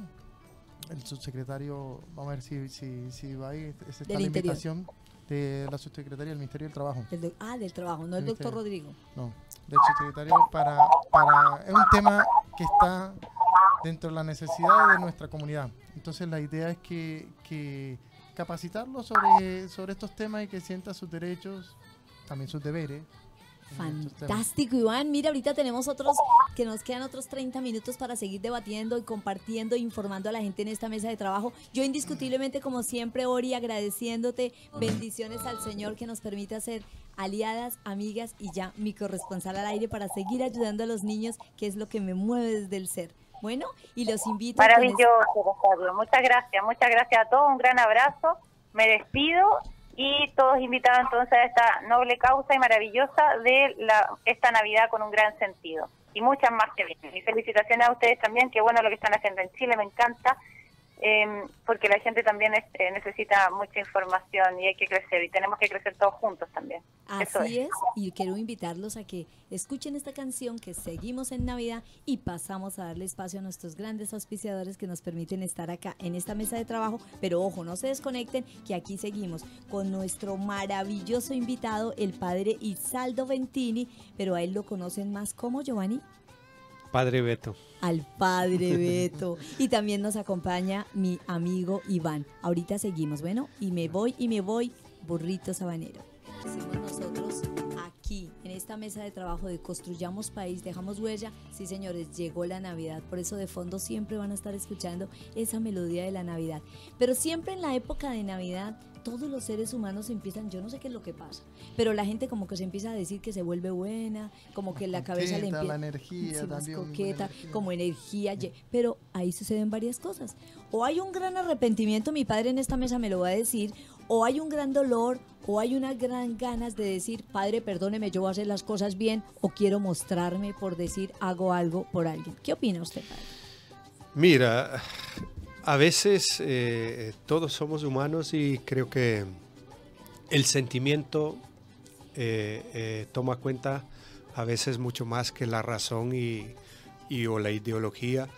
Speaker 5: El subsecretario, vamos a ver si, si, si va ahí, esa está
Speaker 1: Del
Speaker 5: la
Speaker 1: Interior.
Speaker 5: invitación de la Subsecretaría del Ministerio del Trabajo.
Speaker 1: Del do- ah, del trabajo, no el
Speaker 5: Sí,
Speaker 1: doctor
Speaker 5: sí.
Speaker 1: Rodrigo.
Speaker 5: No, del subsecretario para, para... Es un tema que está dentro de la necesidad de nuestra comunidad. Entonces la idea es que, que capacitarlo sobre, sobre estos temas y que sienta sus derechos, también sus deberes. en estos temas.
Speaker 1: Fantástico, Iván. Mira, ahorita tenemos otros, que nos quedan otros treinta minutos para seguir debatiendo y compartiendo e informando a la gente en esta mesa de trabajo. Yo indiscutiblemente, como siempre, Ori, agradeciéndote, bendiciones al Señor que nos permita ser aliadas, amigas y ya mi corresponsal al aire para seguir ayudando a los niños, que es lo que me mueve desde el ser. Bueno, y los invito a que
Speaker 3: Maravilloso, Rosario. Muchas gracias, muchas gracias a todos. Un gran abrazo. Me despido y todos invitados entonces a esta noble causa y maravillosa de la, esta Navidad con un gran sentido. Y muchas más que vienen. Y felicitaciones a ustedes también, qué bueno lo que están haciendo en Chile, me encanta, eh, porque la gente también es, eh, necesita mucha información y hay que crecer, y tenemos que crecer todos juntos también. Eso
Speaker 1: Así
Speaker 3: es.
Speaker 1: es, y quiero invitarlos a que escuchen esta canción, que seguimos en Navidad y pasamos a darle espacio a nuestros grandes auspiciadores que nos permiten estar acá en esta mesa de trabajo, pero ojo, no se desconecten, que aquí seguimos con nuestro maravilloso invitado, el padre Isaldo Ventini, pero a él lo conocen más como Giovanni.
Speaker 4: Padre Beto.
Speaker 1: Al padre Beto. Y también nos acompaña mi amigo Iván. Ahorita seguimos, bueno, y me voy y me voy, burrito sabanero. Decimos nosotros aquí, en esta mesa de trabajo de Construyamos País, Dejamos Huella. Sí, señores, llegó la Navidad. Por eso de fondo siempre van a estar escuchando esa melodía de la Navidad. Pero siempre en la época de Navidad, todos los seres humanos empiezan, yo no sé qué es lo que pasa, pero la gente como que se empieza a decir que se vuelve buena, como que la cabeza le
Speaker 5: Coqueta,
Speaker 1: empieza...
Speaker 5: la energía
Speaker 1: Sí, más
Speaker 5: también, buena
Speaker 1: coqueta,
Speaker 5: energía.
Speaker 1: como energía, ye- pero ahí suceden varias cosas. O hay un gran arrepentimiento, mi padre en esta mesa me lo va a decir, o hay un gran dolor, o hay unas gran ganas de decir, padre, perdóneme, yo voy a hacer las cosas bien, o quiero mostrarme por decir, hago algo por alguien. ¿Qué opina usted, padre?
Speaker 4: Mira, a veces eh, todos somos humanos y creo que el sentimiento eh, eh, toma cuenta a veces mucho más que la razón y, y o la ideología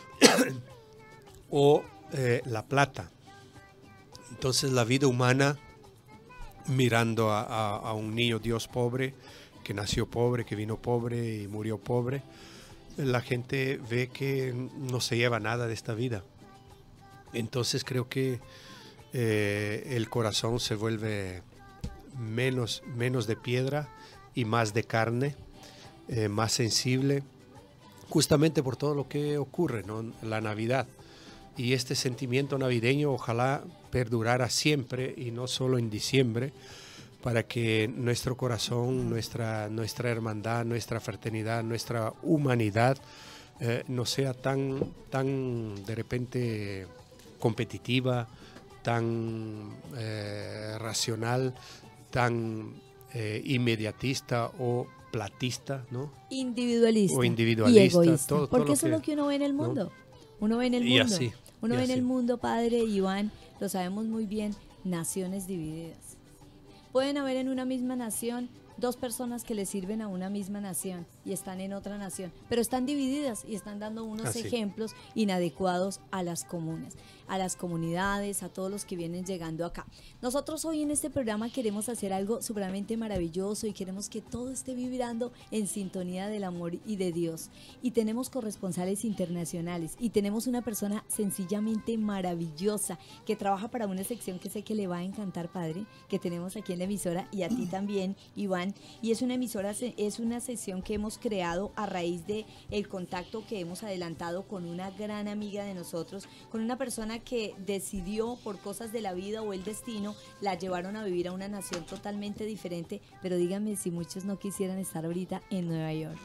Speaker 4: o eh, la plata. Entonces la vida humana, mirando a, a, a un niño Dios pobre, que nació pobre, que vino pobre y murió pobre, la gente ve que no se lleva nada de esta vida. Entonces creo que eh, el corazón se vuelve menos, menos de piedra y más de carne, eh, más sensible, justamente por todo lo que ocurre, ¿no? La Navidad. Y este sentimiento navideño ojalá perdurara siempre y no solo en diciembre, para que nuestro corazón, nuestra, nuestra hermandad, nuestra fraternidad, nuestra humanidad eh, no sea tan, tan de repente competitiva, tan eh, racional, tan eh, inmediatista o platista, ¿no?
Speaker 1: Individualista,
Speaker 4: O individualista,
Speaker 1: y egoísta,
Speaker 4: todo- todo
Speaker 1: porque
Speaker 4: lo
Speaker 1: eso es
Speaker 4: que-
Speaker 1: lo que uno ve en el
Speaker 4: ¿no?
Speaker 1: mundo. Uno ve en el
Speaker 4: Y
Speaker 1: mundo.
Speaker 4: así,
Speaker 1: Uno
Speaker 4: y
Speaker 1: ve en el
Speaker 4: así.
Speaker 1: mundo, padre Iván, lo sabemos muy bien, naciones divididas. Pueden haber en una misma nación dos personas que le sirven a una misma nación y están en otra nación, pero están divididas y están dando unos
Speaker 4: Así.
Speaker 1: ejemplos inadecuados a las comunas, a las comunidades, a todos los que vienen llegando acá. Nosotros hoy en este programa queremos hacer algo supremamente maravilloso y queremos que todo esté vibrando en sintonía del amor y de Dios. Y tenemos corresponsales internacionales y tenemos una persona sencillamente maravillosa que trabaja para una sección que sé que le va a encantar, padre, que tenemos aquí en la emisora y a ti también, Iván. Y es una emisora, es una sesión que hemos creado a raíz de el contacto que hemos adelantado con una gran amiga de nosotros, con una persona que decidió por cosas de la vida o el destino, la llevaron a vivir a una nación totalmente diferente, pero díganme si muchos no quisieran estar ahorita en Nueva York.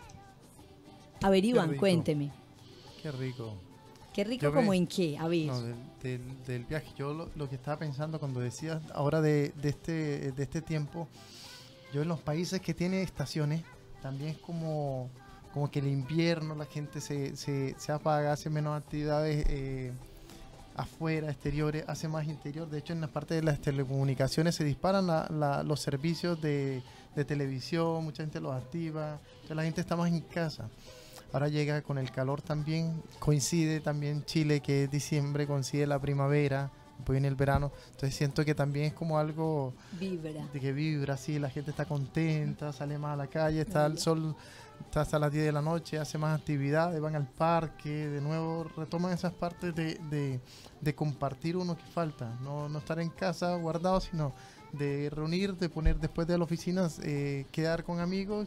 Speaker 1: A ver, Iván, cuénteme.
Speaker 5: Qué rico.
Speaker 1: Qué rico,
Speaker 5: Yo
Speaker 1: como
Speaker 5: me-
Speaker 1: en qué, a ver.
Speaker 5: No, del, del, del viaje. Yo lo, lo que estaba pensando cuando decías ahora de, de, este, de este tiempo, yo en los países que tienen estaciones, también es como, como que el invierno la gente se, se, se apaga, hace menos actividades eh, afuera, exteriores, hace más interior. De hecho, en la parte de las telecomunicaciones se disparan la, la, los servicios de, de televisión, mucha gente los activa, entonces la gente está más en casa. Ahora llega con el calor también, coincide también Chile, que es diciembre, coincide la primavera, después viene el verano, entonces siento que también es como algo
Speaker 1: Vibra.
Speaker 5: de que vibra, así, la gente está contenta, sale más a la calle, está el sol, está hasta las diez de la noche, hace más actividades, van al parque, de nuevo retoman esas partes de, de, de compartir uno que falta, no, no estar en casa guardado, sino de reunir, de poner después de la oficina, eh, quedar con amigos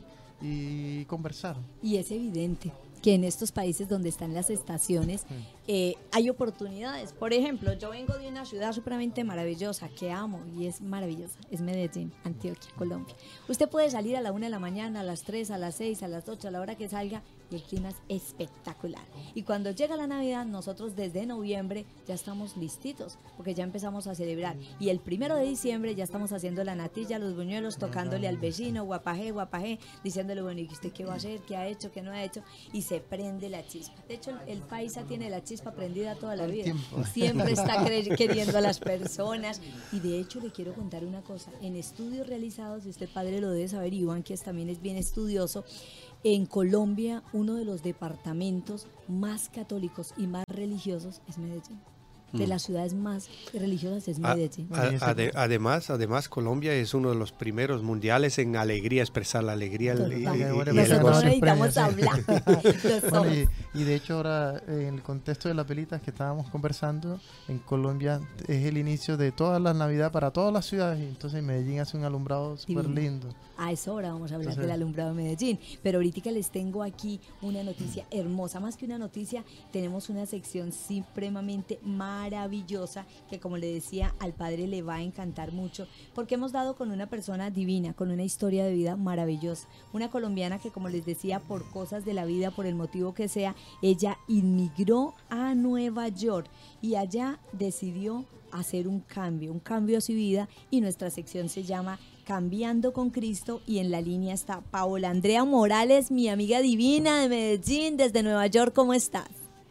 Speaker 5: y conversar.
Speaker 1: Y es evidente que en estos países donde están las estaciones eh, hay oportunidades. Por ejemplo, yo vengo de una ciudad supremamente maravillosa que amo y es maravillosa, es Medellín, Antioquia, Colombia. Usted puede salir a la una de la mañana, a las tres, a las seis, a las ocho, a la hora que salga y el clima es espectacular. Y cuando llega la Navidad, nosotros desde noviembre ya estamos listitos porque ya empezamos a celebrar. Y el primero de diciembre ya estamos haciendo la natilla, los buñuelos, tocándole al vecino, guapajé, guapajé, diciéndole, bueno, ¿y usted qué va a hacer? ¿Qué ha hecho? ¿Qué no ha hecho? Y se prende la chispa. De hecho, el, el paisa tiene la chispa prendida toda la
Speaker 5: Todo el
Speaker 1: vida.
Speaker 5: tiempo.
Speaker 1: Siempre está cre- queriendo a las personas. Y de hecho, le quiero contar una cosa. En estudios realizados, y usted, padre, lo debe saber, Iván, que es, también es bien estudioso, en Colombia, uno de los departamentos más católicos y más religiosos es Medellín. De las ciudades más religiosas es
Speaker 4: A-
Speaker 1: Medellín.
Speaker 4: a- ade- además, además, Colombia es uno de los primeros mundiales en alegría, expresar la alegría y, y- y-
Speaker 1: Total.
Speaker 4: y el
Speaker 5: Nosotros
Speaker 1: Nosotros
Speaker 4: gozo.
Speaker 1: necesitamos hablar. Lo
Speaker 5: Bueno,
Speaker 1: somos.
Speaker 5: y, y de hecho ahora eh, en el contexto de las velitas que estábamos conversando, en Colombia es el inicio de toda la Navidad para todas las ciudades, y entonces Medellín hace un alumbrado súper
Speaker 1: Divino.
Speaker 5: lindo.
Speaker 1: A esa hora vamos a hablar
Speaker 5: Entonces-
Speaker 1: del alumbrado de Medellín, pero ahorita les tengo aquí una noticia hermosa, más que una noticia, tenemos una sección supremamente maravillosa que, como le decía, al padre le va a encantar mucho, porque hemos dado con una persona divina, con una historia de vida maravillosa, una colombiana que, como les decía, por cosas de la vida, por el motivo que sea, ella inmigró a Nueva York y allá decidió hacer un cambio, un cambio a su vida, y nuestra sección se llama Cambiando con Cristo, y en la línea está Paola Andrea Morales, mi amiga divina de Medellín, desde Nueva York. ¿Cómo estás?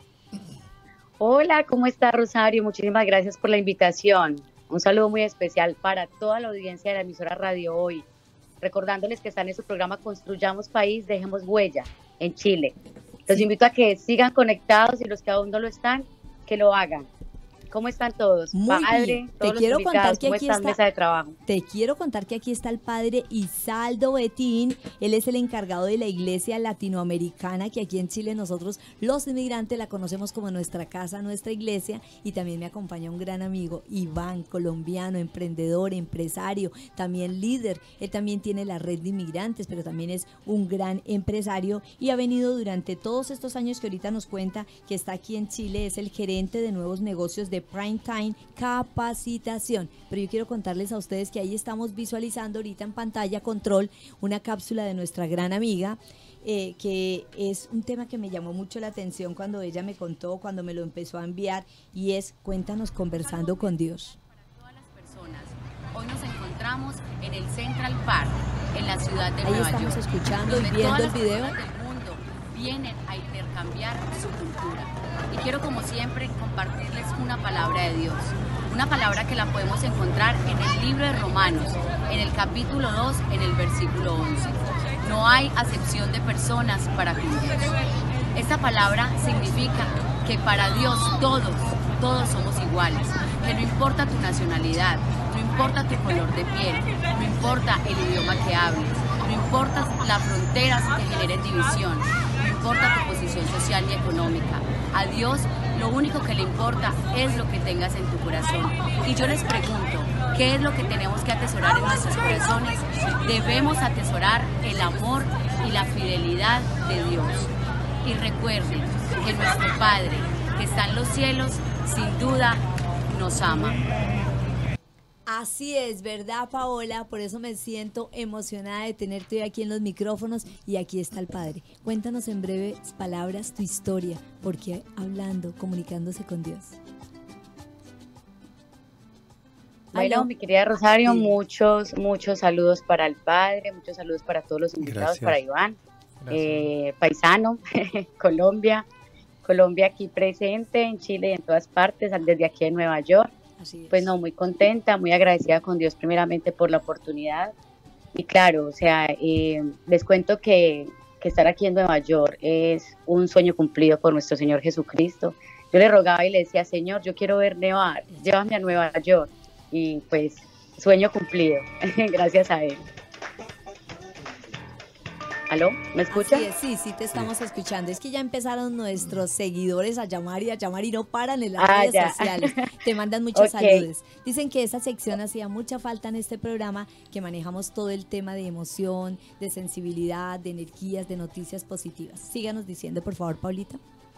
Speaker 6: Hola, ¿cómo está, Rosario? Muchísimas gracias por la invitación. Un saludo muy especial para toda la audiencia de la emisora Radio Hoy, recordándoles que están en su programa Construyamos País, Dejemos Huella, en Chile. Los invito a que sigan conectados, y los que aún no lo están, que lo hagan. ¿Cómo están todos?
Speaker 1: Muy
Speaker 6: Padre,
Speaker 1: bien. Te
Speaker 6: todos los
Speaker 1: quiero
Speaker 6: invitados,
Speaker 1: contar que
Speaker 6: ¿cómo
Speaker 1: aquí
Speaker 6: están?
Speaker 1: está-
Speaker 6: Mesa de trabajo.
Speaker 1: Te quiero contar que aquí está el padre Isaldo Betín. Él es el encargado de la iglesia latinoamericana, que aquí en Chile nosotros los inmigrantes la conocemos como nuestra casa, nuestra iglesia. Y también me acompaña un gran amigo, Iván, colombiano, emprendedor, empresario, también líder. Él también tiene la red de inmigrantes, pero también es un gran empresario y ha venido durante todos estos años que ahorita nos cuenta que está aquí en Chile. Es el gerente de nuevos negocios de Prime Time Capacitación. Pero yo quiero contarles a ustedes que ahí estamos visualizando ahorita en pantalla control una cápsula de nuestra gran amiga, eh, que es un tema que me llamó mucho la atención cuando ella me contó, cuando me lo empezó a enviar, y es Cuéntanos conversando con Dios.
Speaker 7: Para todas las personas. Hoy nos encontramos en el Central Park, en la ciudad de
Speaker 1: Ahí
Speaker 7: Nueva
Speaker 1: estamos
Speaker 7: York,
Speaker 1: escuchando y
Speaker 7: donde
Speaker 1: viendo
Speaker 7: todas
Speaker 1: el
Speaker 7: las
Speaker 1: video.
Speaker 7: personas del mundo vienen a intercambiar su cultura. Y quiero, como siempre, compartirles una palabra de Dios. Una palabra que la podemos encontrar en el libro de Romanos, en el capítulo dos, en el versículo once. No hay acepción de personas para con Dios. Esta palabra significa que para Dios todos, todos somos iguales, que no importa tu nacionalidad, no importa tu color de piel, no importa el idioma que hables, no importa las fronteras que generen división, no importa tu posición social ni económica. A Dios lo único que le importa es lo que tengas en tu corazón. Y yo les pregunto, ¿qué es lo que tenemos que atesorar en nuestros corazones? Debemos atesorar el amor y la fidelidad de Dios. Y recuerden que nuestro Padre, que está en los cielos, sin duda nos ama.
Speaker 1: Así es, ¿verdad, Paola? Por eso me siento emocionada de tenerte hoy aquí en los micrófonos y aquí está el Padre. Cuéntanos en breves palabras tu historia, porque hablando, comunicándose con Dios.
Speaker 6: Bueno,
Speaker 1: ¿Aló?
Speaker 6: mi querida Rosario,
Speaker 1: Sí.
Speaker 6: muchos, muchos saludos para el Padre, muchos saludos para todos los invitados,
Speaker 4: Gracias.
Speaker 6: para Iván,
Speaker 5: Gracias.
Speaker 6: eh, paisano, Colombia, Colombia aquí presente, en Chile y en todas partes, desde aquí en Nueva York.
Speaker 1: Así es.
Speaker 6: Pues no, muy contenta, muy agradecida con Dios primeramente por la oportunidad. Y claro, o sea, eh, les cuento que, que estar aquí en Nueva York es un sueño cumplido por nuestro Señor Jesucristo. Yo le rogaba y le decía, Señor, yo quiero ver nevar, llévame a Nueva York. Y pues, sueño cumplido, gracias a Él. ¿Aló? ¿Me escucha?
Speaker 1: Así es, sí, sí te estamos escuchando. Es que ya empezaron nuestros seguidores a llamar y a llamar y no paran en las
Speaker 6: Ah,
Speaker 1: redes
Speaker 6: ya.
Speaker 1: sociales. Te mandan muchos
Speaker 6: Ok.
Speaker 1: saludos. Dicen que esa sección hacía mucha falta en este programa, que manejamos todo el tema de emoción, de sensibilidad, de energías, de noticias positivas. Síganos diciendo, por favor, Paulita.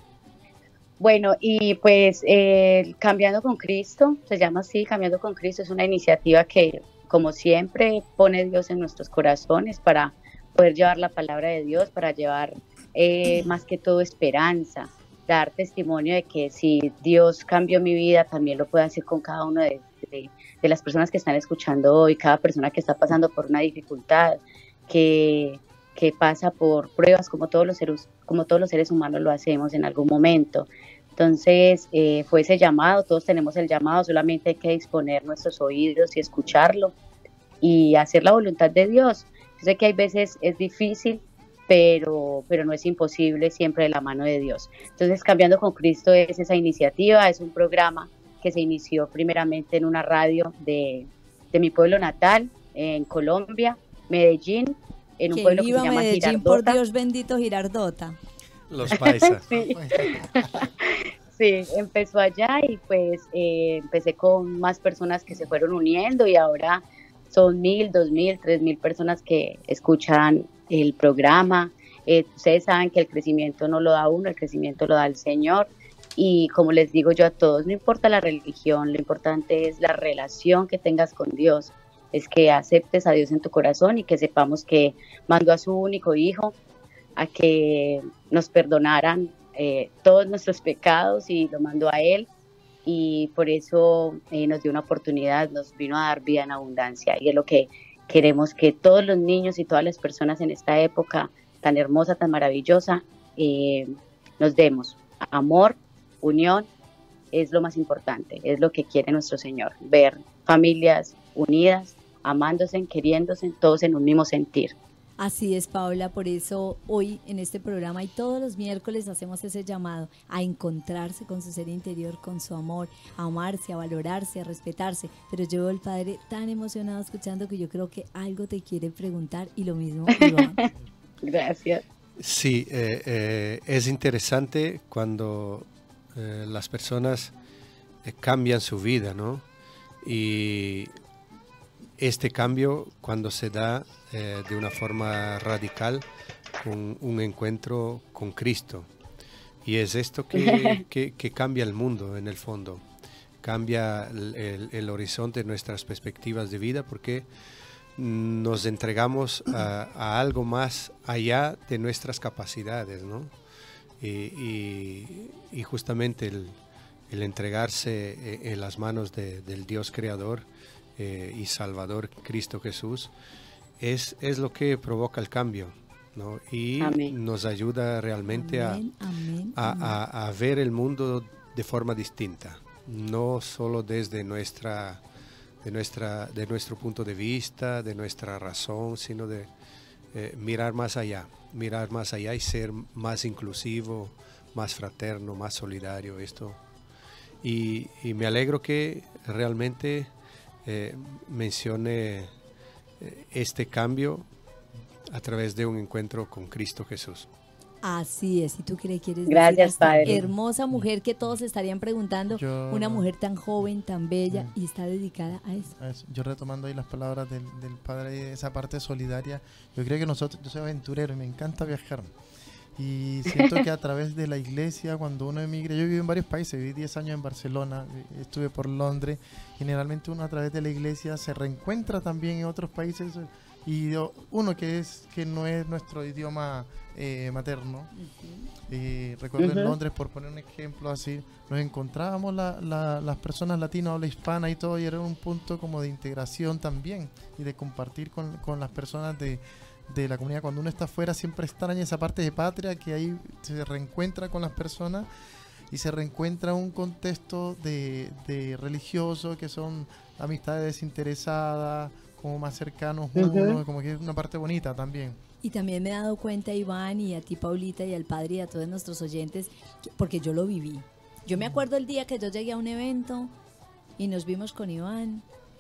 Speaker 6: Bueno, y pues eh, Cambiando con Cristo, se llama así, Cambiando con Cristo, es una iniciativa que, como siempre, pone Dios en nuestros corazones para poder llevar la palabra de Dios, para llevar eh, más que todo esperanza, dar testimonio de que si Dios cambió mi vida, también lo puede hacer con cada una de, de, de las personas que están escuchando hoy, cada persona que está pasando por una dificultad, que, que pasa por pruebas como todos los seres, como todos los seres humanos lo hacemos en algún momento. Entonces eh, fue ese llamado, todos tenemos el llamado, solamente hay que disponer nuestros oídos y escucharlo y hacer la voluntad de Dios. Yo sé que hay veces es difícil, pero, pero no es imposible siempre de la mano de Dios. Entonces, Cambiando con Cristo es esa iniciativa, es un programa que se inició primeramente en una radio de, de mi pueblo natal, en Colombia, Medellín, en un
Speaker 1: Que
Speaker 6: pueblo que
Speaker 1: viva
Speaker 6: se llama
Speaker 1: Medellín, por
Speaker 6: Girardota.
Speaker 1: Dios bendito, Girardota.
Speaker 4: Los paisas.
Speaker 6: Sí. Sí, empezó allá y pues eh, empecé con más personas que se fueron uniendo y ahora son mil, dos mil, tres mil personas que escuchan el programa. Eh, ustedes saben que el crecimiento no lo da uno, el crecimiento lo da el Señor. Y como les digo yo a todos, no importa la religión, lo importante es la relación que tengas con Dios. Es que aceptes a Dios en tu corazón y que sepamos que mandó a su único hijo a que nos perdonaran eh, todos nuestros pecados y lo mandó a Él. Y por eso eh, nos dio una oportunidad, nos vino a dar vida en abundancia. Y es lo que queremos que todos los niños y todas las personas en esta época tan hermosa, tan maravillosa, eh, nos demos. Amor, unión, es lo más importante, es lo que quiere nuestro Señor. Ver familias unidas, amándose, queriéndose, todos en un mismo sentir.
Speaker 1: Así es, Paola, por eso hoy en este programa y todos los miércoles hacemos ese llamado a encontrarse con su ser interior, con su amor, a amarse, a valorarse, a respetarse. Pero yo veo al Padre tan emocionado escuchando que yo creo que algo te quiere preguntar y lo mismo, Iván.
Speaker 6: Gracias.
Speaker 4: Sí, eh, eh, es interesante cuando eh, las personas eh, cambian su vida, ¿no? Y este cambio cuando se da eh, de una forma radical con un encuentro con Cristo. Y es esto que, que, que cambia el mundo en el fondo. Cambia el, el, el horizonte de nuestras perspectivas de vida porque nos entregamos a, a algo más allá de nuestras capacidades, ¿no? Y, y, y justamente el, el entregarse en las manos de, del Dios Creador eh, y Salvador Cristo Jesús es, es lo que provoca el cambio, ¿no? Y
Speaker 6: Amén.
Speaker 4: nos ayuda realmente
Speaker 1: Amén, amén,
Speaker 4: a,
Speaker 1: amén.
Speaker 4: a, a, a ver el mundo de forma distinta. no solo desde nuestra, de, nuestra, de nuestro punto de vista, de nuestra razón, sino de eh, mirar más allá, mirar más allá y ser más inclusivo, más fraterno, más solidario. Esto. Y, y me alegro que realmente eh, mencione eh, este cambio a través de un encuentro con Cristo Jesús.
Speaker 1: Así es, y tú qué le quieres
Speaker 6: Gracias,
Speaker 1: decir a esta
Speaker 6: Padre.
Speaker 1: hermosa mujer que todos estarían preguntando,
Speaker 5: Yo-
Speaker 1: una mujer tan joven, tan bella
Speaker 5: Mm.
Speaker 1: y está dedicada a eso.
Speaker 5: A eso. Yo retomando ahí las palabras del, del padre, esa parte solidaria, yo creo que nosotros, yo soy aventurero y me encanta viajar. Y siento que a través de la iglesia, cuando uno emigra, yo viví en varios países, viví diez años en Barcelona, vi- estuve por Londres, generalmente uno a través de la iglesia se reencuentra también en otros países, y yo- uno que es que no es nuestro idioma eh, materno. Eh, recuerdo en
Speaker 6: Ujú.
Speaker 5: Londres, por poner un ejemplo así, nos encontrábamos la- la- las personas latinas, habla hispana y todo, y era un punto como de integración también y de compartir con, con las personas de, de la comunidad. Cuando uno está afuera siempre extraña esa parte de patria, que ahí se reencuentra con las personas y se reencuentra un contexto de, de religioso, que son amistades desinteresadas, como más cercanos
Speaker 6: Ujú.
Speaker 5: uno, como que es una parte bonita también.
Speaker 1: Y también me he dado cuenta, Iván, y a ti, Paulita, y al padre y a todos nuestros oyentes, que- porque yo lo viví. Yo me acuerdo el día que yo llegué a un evento y nos vimos con Iván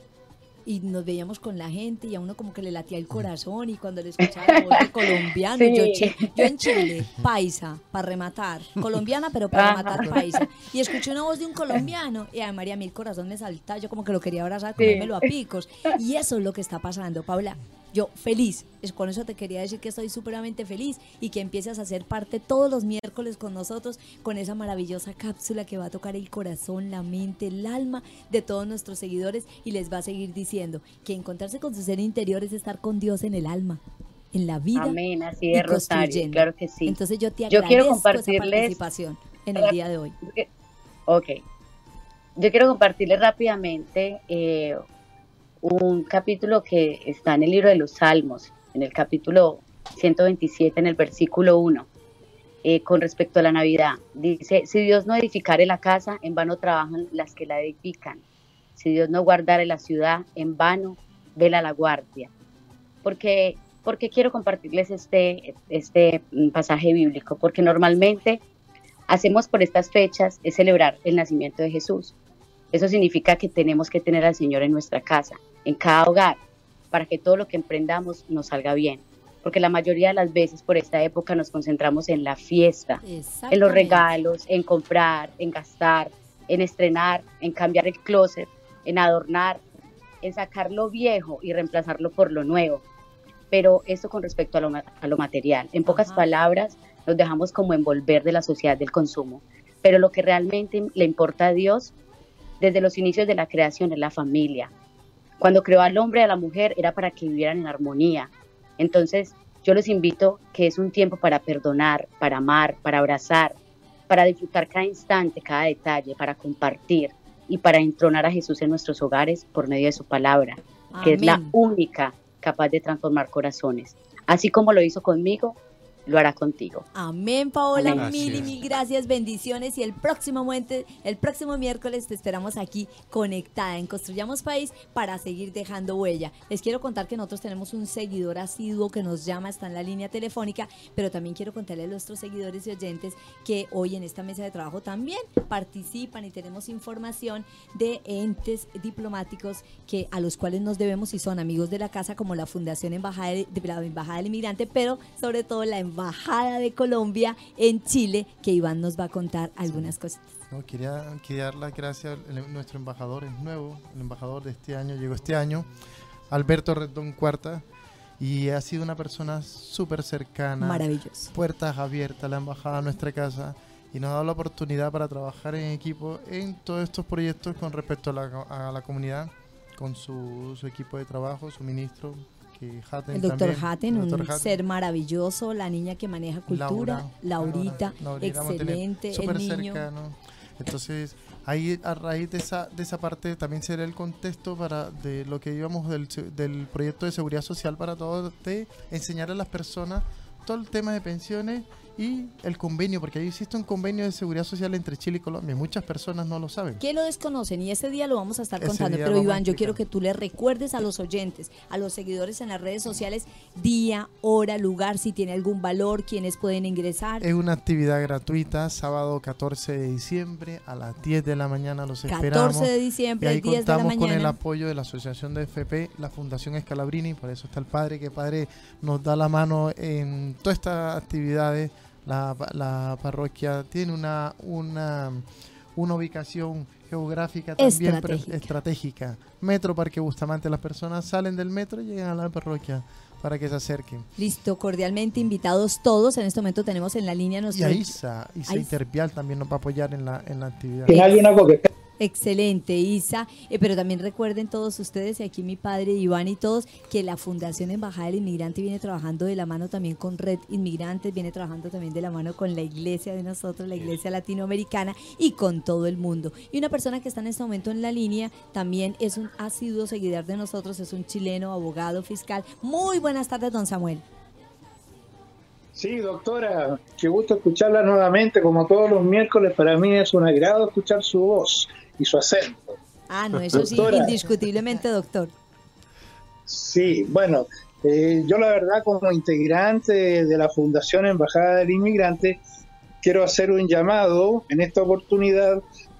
Speaker 1: y nos veíamos con la gente y a uno como que le latía el corazón, y cuando le escuchaba la voz de colombiano,
Speaker 6: Sí.
Speaker 1: yo, chi- yo en Chile, paisa, para rematar, colombiana pero para
Speaker 6: Ajá.
Speaker 1: rematar paisa, y escuché una voz de un colombiano y ay María, a mí el corazón me salta, yo como que lo quería abrazar,
Speaker 6: Sí.
Speaker 1: comérmelo a picos, y eso es lo que está pasando, Paula. Yo feliz, es con eso te quería decir que estoy supremamente feliz y que empieces a hacer parte todos los miércoles con nosotros con esa maravillosa cápsula que va a tocar el corazón, la mente, el alma de todos nuestros seguidores, y les va a seguir diciendo que encontrarse con su ser interior es estar con Dios en el alma, en la vida.
Speaker 6: Amén, así
Speaker 1: y
Speaker 6: es, Rosario,
Speaker 1: construyendo.
Speaker 6: claro que sí.
Speaker 1: Entonces yo te
Speaker 6: Yo quiero
Speaker 1: agradezco esa
Speaker 6: compartirles-
Speaker 1: participación en el día de hoy.
Speaker 6: Ok. Yo quiero compartirles rápidamente eh, un capítulo que está en el libro de los Salmos, en el capítulo ciento veintisiete, en el versículo uno, eh, con respecto a la Navidad. Dice, si Dios no edificare la casa, en vano trabajan las que la edifican. Si Dios no guardare la ciudad, en vano vela la guardia. Porque, porque quiero compartirles este, este mm, pasaje bíblico, porque normalmente hacemos por estas fechas es celebrar el nacimiento de Jesús. Eso significa que tenemos que tener al Señor en nuestra casa, en cada hogar, para que todo lo que emprendamos nos salga bien. Porque la mayoría de las veces por esta época nos concentramos en la fiesta, en los
Speaker 1: Exactamente.
Speaker 6: regalos, en comprar, en gastar, en estrenar, en cambiar el closet, en adornar, en sacar lo viejo y reemplazarlo por lo nuevo. Pero esto con respecto a lo, ma- a lo material. En pocas
Speaker 1: Ajá.
Speaker 6: palabras, nos dejamos como envolver de la sociedad del consumo. Pero lo que realmente le importa a Dios desde los inicios de la creación es la familia. Cuando creó al hombre y a la mujer era para que vivieran en armonía. Entonces, yo les invito que es un tiempo para perdonar, para amar, para abrazar, para disfrutar cada instante, cada detalle, para compartir y para entronar a Jesús en nuestros hogares por medio de su palabra, que es la
Speaker 1: Amén.
Speaker 6: única capaz de transformar corazones. Así como lo hizo conmigo, lo hará contigo.
Speaker 1: Amén, Paola,
Speaker 6: Amén.
Speaker 1: mil
Speaker 4: Así
Speaker 1: y
Speaker 4: es.
Speaker 1: mil gracias, bendiciones, y el próximo muente- el próximo miércoles te esperamos aquí conectada en Construyamos País para seguir dejando huella. Les quiero contar que nosotros tenemos un seguidor asiduo que nos llama, está en la línea telefónica, pero también quiero contarle a nuestros seguidores y oyentes que hoy en esta mesa de trabajo también participan y tenemos información de entes diplomáticos que a los cuales nos debemos y son amigos de la casa, como la Fundación Embajada de, de la Embajada del Inmigrante, pero sobre todo la Embajada de Colombia en Chile, que Iván nos va a contar algunas cositas.
Speaker 5: No, quería, quería dar las gracias a nuestro embajador, es nuevo, el embajador de este año, llegó este año, Alberto Rendón Cuarta, y ha sido una persona súper cercana,
Speaker 1: Maravilloso.
Speaker 5: puertas abiertas a la embajada, a nuestra casa, y nos ha dado la oportunidad para trabajar en equipo en todos estos proyectos con respecto a la, a la comunidad, con su, su equipo de trabajo, su ministro, que Hatten
Speaker 1: El doctor
Speaker 5: también,
Speaker 1: Hatten,
Speaker 5: el
Speaker 1: un
Speaker 5: doctor Hatten.
Speaker 1: ser maravilloso, la niña que maneja cultura,
Speaker 5: Laura,
Speaker 1: Laurita,
Speaker 5: Laura, Laurita Montenegro,
Speaker 1: excelente, el
Speaker 5: súper
Speaker 1: niño.
Speaker 5: cercano. Entonces, ahí a raíz de esa, de esa parte también será el contexto para de lo que íbamos del, se- del proyecto de seguridad social para todos, de enseñar a las personas todo el tema de pensiones y el convenio, porque ahí existe un convenio de seguridad social entre Chile y Colombia. Muchas personas no lo saben.
Speaker 1: Que lo desconocen y ese día lo vamos a estar
Speaker 5: Ese
Speaker 1: contando.
Speaker 5: día
Speaker 1: Pero
Speaker 5: vamos a
Speaker 1: Iván, yo
Speaker 5: explicar.
Speaker 1: quiero que tú le recuerdes a los oyentes, a los seguidores en las redes sociales, día, hora, lugar, si tiene algún valor, quiénes pueden ingresar.
Speaker 5: Es una actividad gratuita, sábado catorce de diciembre a las diez de la mañana los esperamos.
Speaker 1: catorce de
Speaker 5: Y
Speaker 1: diciembre,
Speaker 5: ahí
Speaker 1: diez de la
Speaker 5: contamos con el
Speaker 1: mañana.
Speaker 5: apoyo de la Asociación de F P, la Fundación Escalabrini, por eso está el padre, que padre nos da la mano en todas estas actividades. La, la parroquia tiene una, una, una ubicación geográfica también pre-
Speaker 1: Estratégica.
Speaker 5: estratégica. Metro Parque Bustamante, las personas salen del metro y llegan a la parroquia para que se acerquen.
Speaker 1: Listo, cordialmente invitados todos. En este momento tenemos en la línea
Speaker 5: Y
Speaker 1: nuestro...
Speaker 5: a Isa, Isa
Speaker 1: Ahí-
Speaker 5: Intervial también nos va a apoyar en la, en la actividad.
Speaker 8: Que nadie una coca.
Speaker 1: Excelente, Isa. Eh, pero también recuerden todos ustedes, y aquí mi padre Iván y todos, que la Fundación Embajada del Inmigrante viene trabajando de la mano también con Red Inmigrantes, viene trabajando también de la mano con la iglesia de nosotros, la iglesia latinoamericana y con todo el mundo. Y una persona que está en este momento en la línea también es un asiduo seguidor de nosotros, es un chileno, abogado, fiscal. Muy buenas tardes, don Samuel.
Speaker 8: Sí, doctora, qué gusto escucharla nuevamente, como todos los miércoles. Para mí es un agrado escuchar su voz y su acento.
Speaker 1: Ah, no, eso sí,
Speaker 8: Doctora.
Speaker 1: indiscutiblemente, doctor.
Speaker 8: Sí, bueno, eh, yo la verdad como integrante de la Fundación Embajada del Inmigrante quiero hacer un llamado en esta oportunidad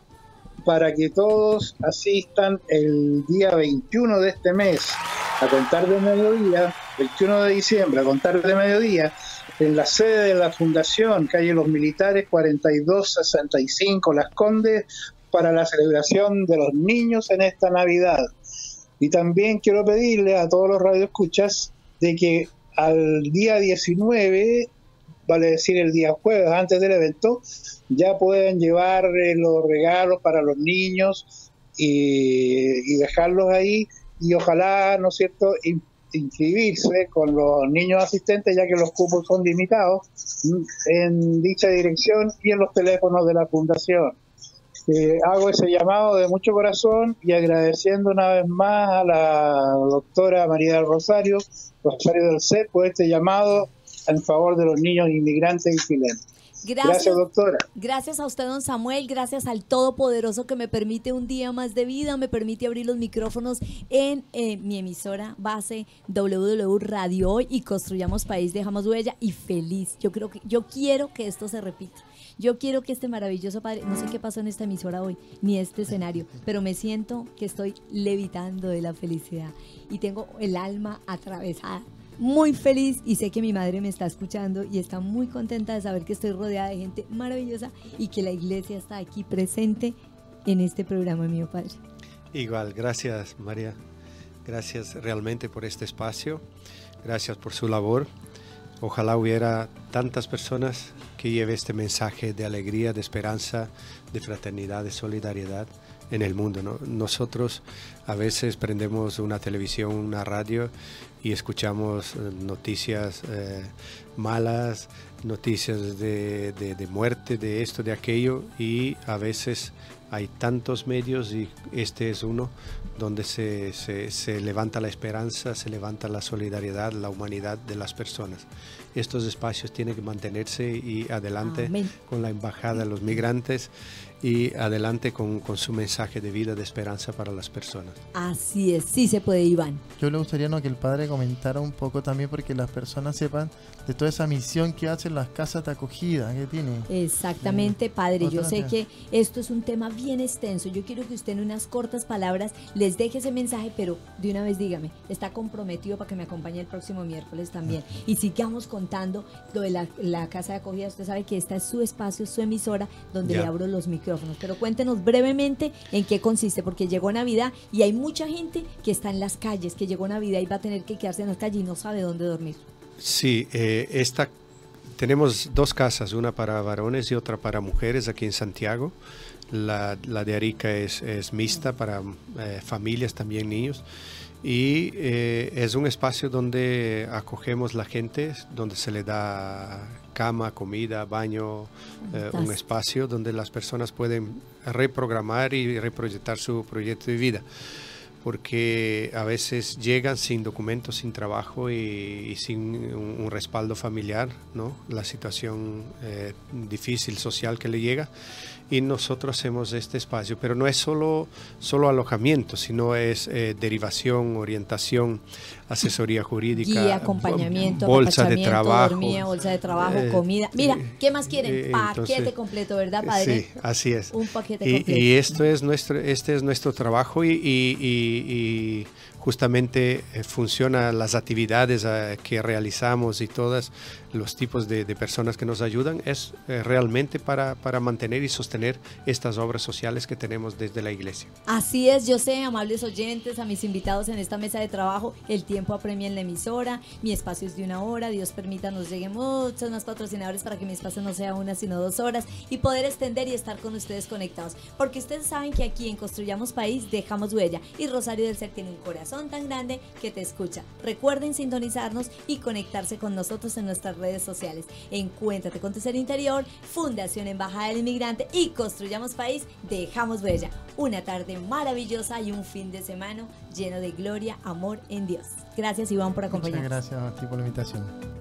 Speaker 8: para que todos asistan el día veintiuno de este mes, a contar de mediodía, veintiuno de diciembre, a contar de mediodía, en la sede de la Fundación, calle Los Militares, cuarenta y dos sesenta y cinco, Las Condes, para la celebración de los niños en esta Navidad. Y también quiero pedirle a todos los radioescuchas de que al día diecinueve, vale decir el día jueves antes del evento, ya pueden llevar eh, los regalos para los niños y, y dejarlos ahí, y ojalá, ¿no es cierto?, in- inscribirse con los niños asistentes, ya que los cupos son limitados, en dicha dirección y en los teléfonos de la Fundación. Eh, hago ese llamado de mucho corazón y agradeciendo una vez más a la doctora María del Rosario, Rosario del C E P, por este llamado en favor de los niños inmigrantes y chilenos.
Speaker 1: Gracias,
Speaker 8: Gracias, doctora.
Speaker 1: Gracias a usted, don Samuel, gracias al Todopoderoso que me permite un día más de vida, me permite abrir los micrófonos en eh, mi emisora base doble u doble u doble u punto radio hoy y Construyamos País, Dejamos Huella, y feliz. Yo creo que, yo quiero que esto se repita. Yo quiero que este maravilloso padre, no sé qué pasó en esta emisora hoy, ni este escenario, pero me siento que estoy levitando de la felicidad y tengo el alma atravesada. Muy feliz, y sé que mi madre me está escuchando y está muy contenta de saber que estoy rodeada de gente maravillosa y que la iglesia está aquí presente en este programa, mío padre.
Speaker 4: Igual, gracias María, gracias realmente por este espacio, gracias por su labor. Ojalá hubiera tantas personas que lleven este mensaje de alegría, de esperanza, de fraternidad, de solidaridad en el mundo, ¿no? Nosotros a veces prendemos una televisión, una radio y escuchamos eh, noticias eh, malas, noticias de, de, de muerte, de esto, de aquello, y a veces hay tantos medios y este es uno donde se, se, se levanta la esperanza, se levanta la solidaridad, la humanidad de las personas. Estos espacios tienen que mantenerse y adelante
Speaker 1: Amén.
Speaker 4: Con la Embajada de los Migrantes y adelante con, con su mensaje de vida, de esperanza para las personas.
Speaker 1: Así es, sí se puede, Iván.
Speaker 5: Yo le gustaría, ¿no?, que el padre comentara un poco también, porque las personas sepan de toda esa misión que hacen las casas de acogida que tiene.
Speaker 1: Exactamente, padre. Yo
Speaker 5: Otra
Speaker 1: sé
Speaker 5: vez.
Speaker 1: que esto es un tema bien extenso. Yo quiero que usted en unas cortas palabras les deje ese mensaje, pero de una vez dígame, está comprometido para que me acompañe el próximo miércoles también. Y sigamos contando lo de la, la casa de acogida. Usted sabe que esta es su espacio, su emisora, donde
Speaker 4: Ya.
Speaker 1: le abro los micrófonos. Pero cuéntenos brevemente en qué consiste, porque llegó Navidad y hay mucha gente que está en las calles, que llegó Navidad y va a tener que quedarse en las calles y no sabe dónde dormir.
Speaker 4: Sí, eh, esta, tenemos dos casas, una para varones y otra para mujeres aquí en Santiago. La, la de Arica es, es mixta para eh, familias, también niños. Y eh, es un espacio donde acogemos la gente, donde se le da cama, comida, baño, eh, un espacio donde las personas pueden reprogramar y reproyectar su proyecto de vida. porque a veces llegan sin documentos, sin trabajo y, y sin un, un respaldo familiar, ¿no? La situación eh, difícil social que le llega, y nosotros hacemos este espacio, pero no es solo, solo alojamiento, sino es eh, derivación, orientación, asesoría jurídica,
Speaker 1: guía, acompañamiento,
Speaker 4: bolsa de trabajo,
Speaker 1: dormía, bolsa de trabajo,
Speaker 4: eh,
Speaker 1: comida. Mira, ¿qué más quieren?
Speaker 4: Eh,
Speaker 1: paquete
Speaker 4: entonces,
Speaker 1: completo, ¿verdad, padre?
Speaker 4: Sí, así es.
Speaker 1: Un paquete
Speaker 4: y,
Speaker 1: completo.
Speaker 4: Y esto es nuestro, este es nuestro trabajo, y, y, y, y justamente eh, funcionan las actividades eh, que realizamos y todos los tipos de, de personas que nos ayudan, es eh, realmente para, para mantener y sostener estas obras sociales que tenemos desde la iglesia.
Speaker 1: Así es, yo sé, amables oyentes, a mis invitados en esta mesa de trabajo, el tiempo apremia en la emisora, mi espacio es de una hora, Dios permita nos lleguen muchos más patrocinadores para que mi espacio no sea una sino dos horas y poder extender y estar con ustedes conectados, porque ustedes saben que aquí en Construyamos País dejamos huella, y Rosario del Ser tiene un corazón tan grande que te escucha. Recuerden sintonizarnos y conectarse con nosotros en nuestras redes sociales. Encuéntrate con tu ser interior, Fundación Embajada del Inmigrante y Construyamos País, dejamos huella. Una tarde maravillosa y un fin de semana lleno de gloria, amor en Dios. Gracias, Iván, por acompañarnos.
Speaker 5: Muchas gracias a ti por la invitación.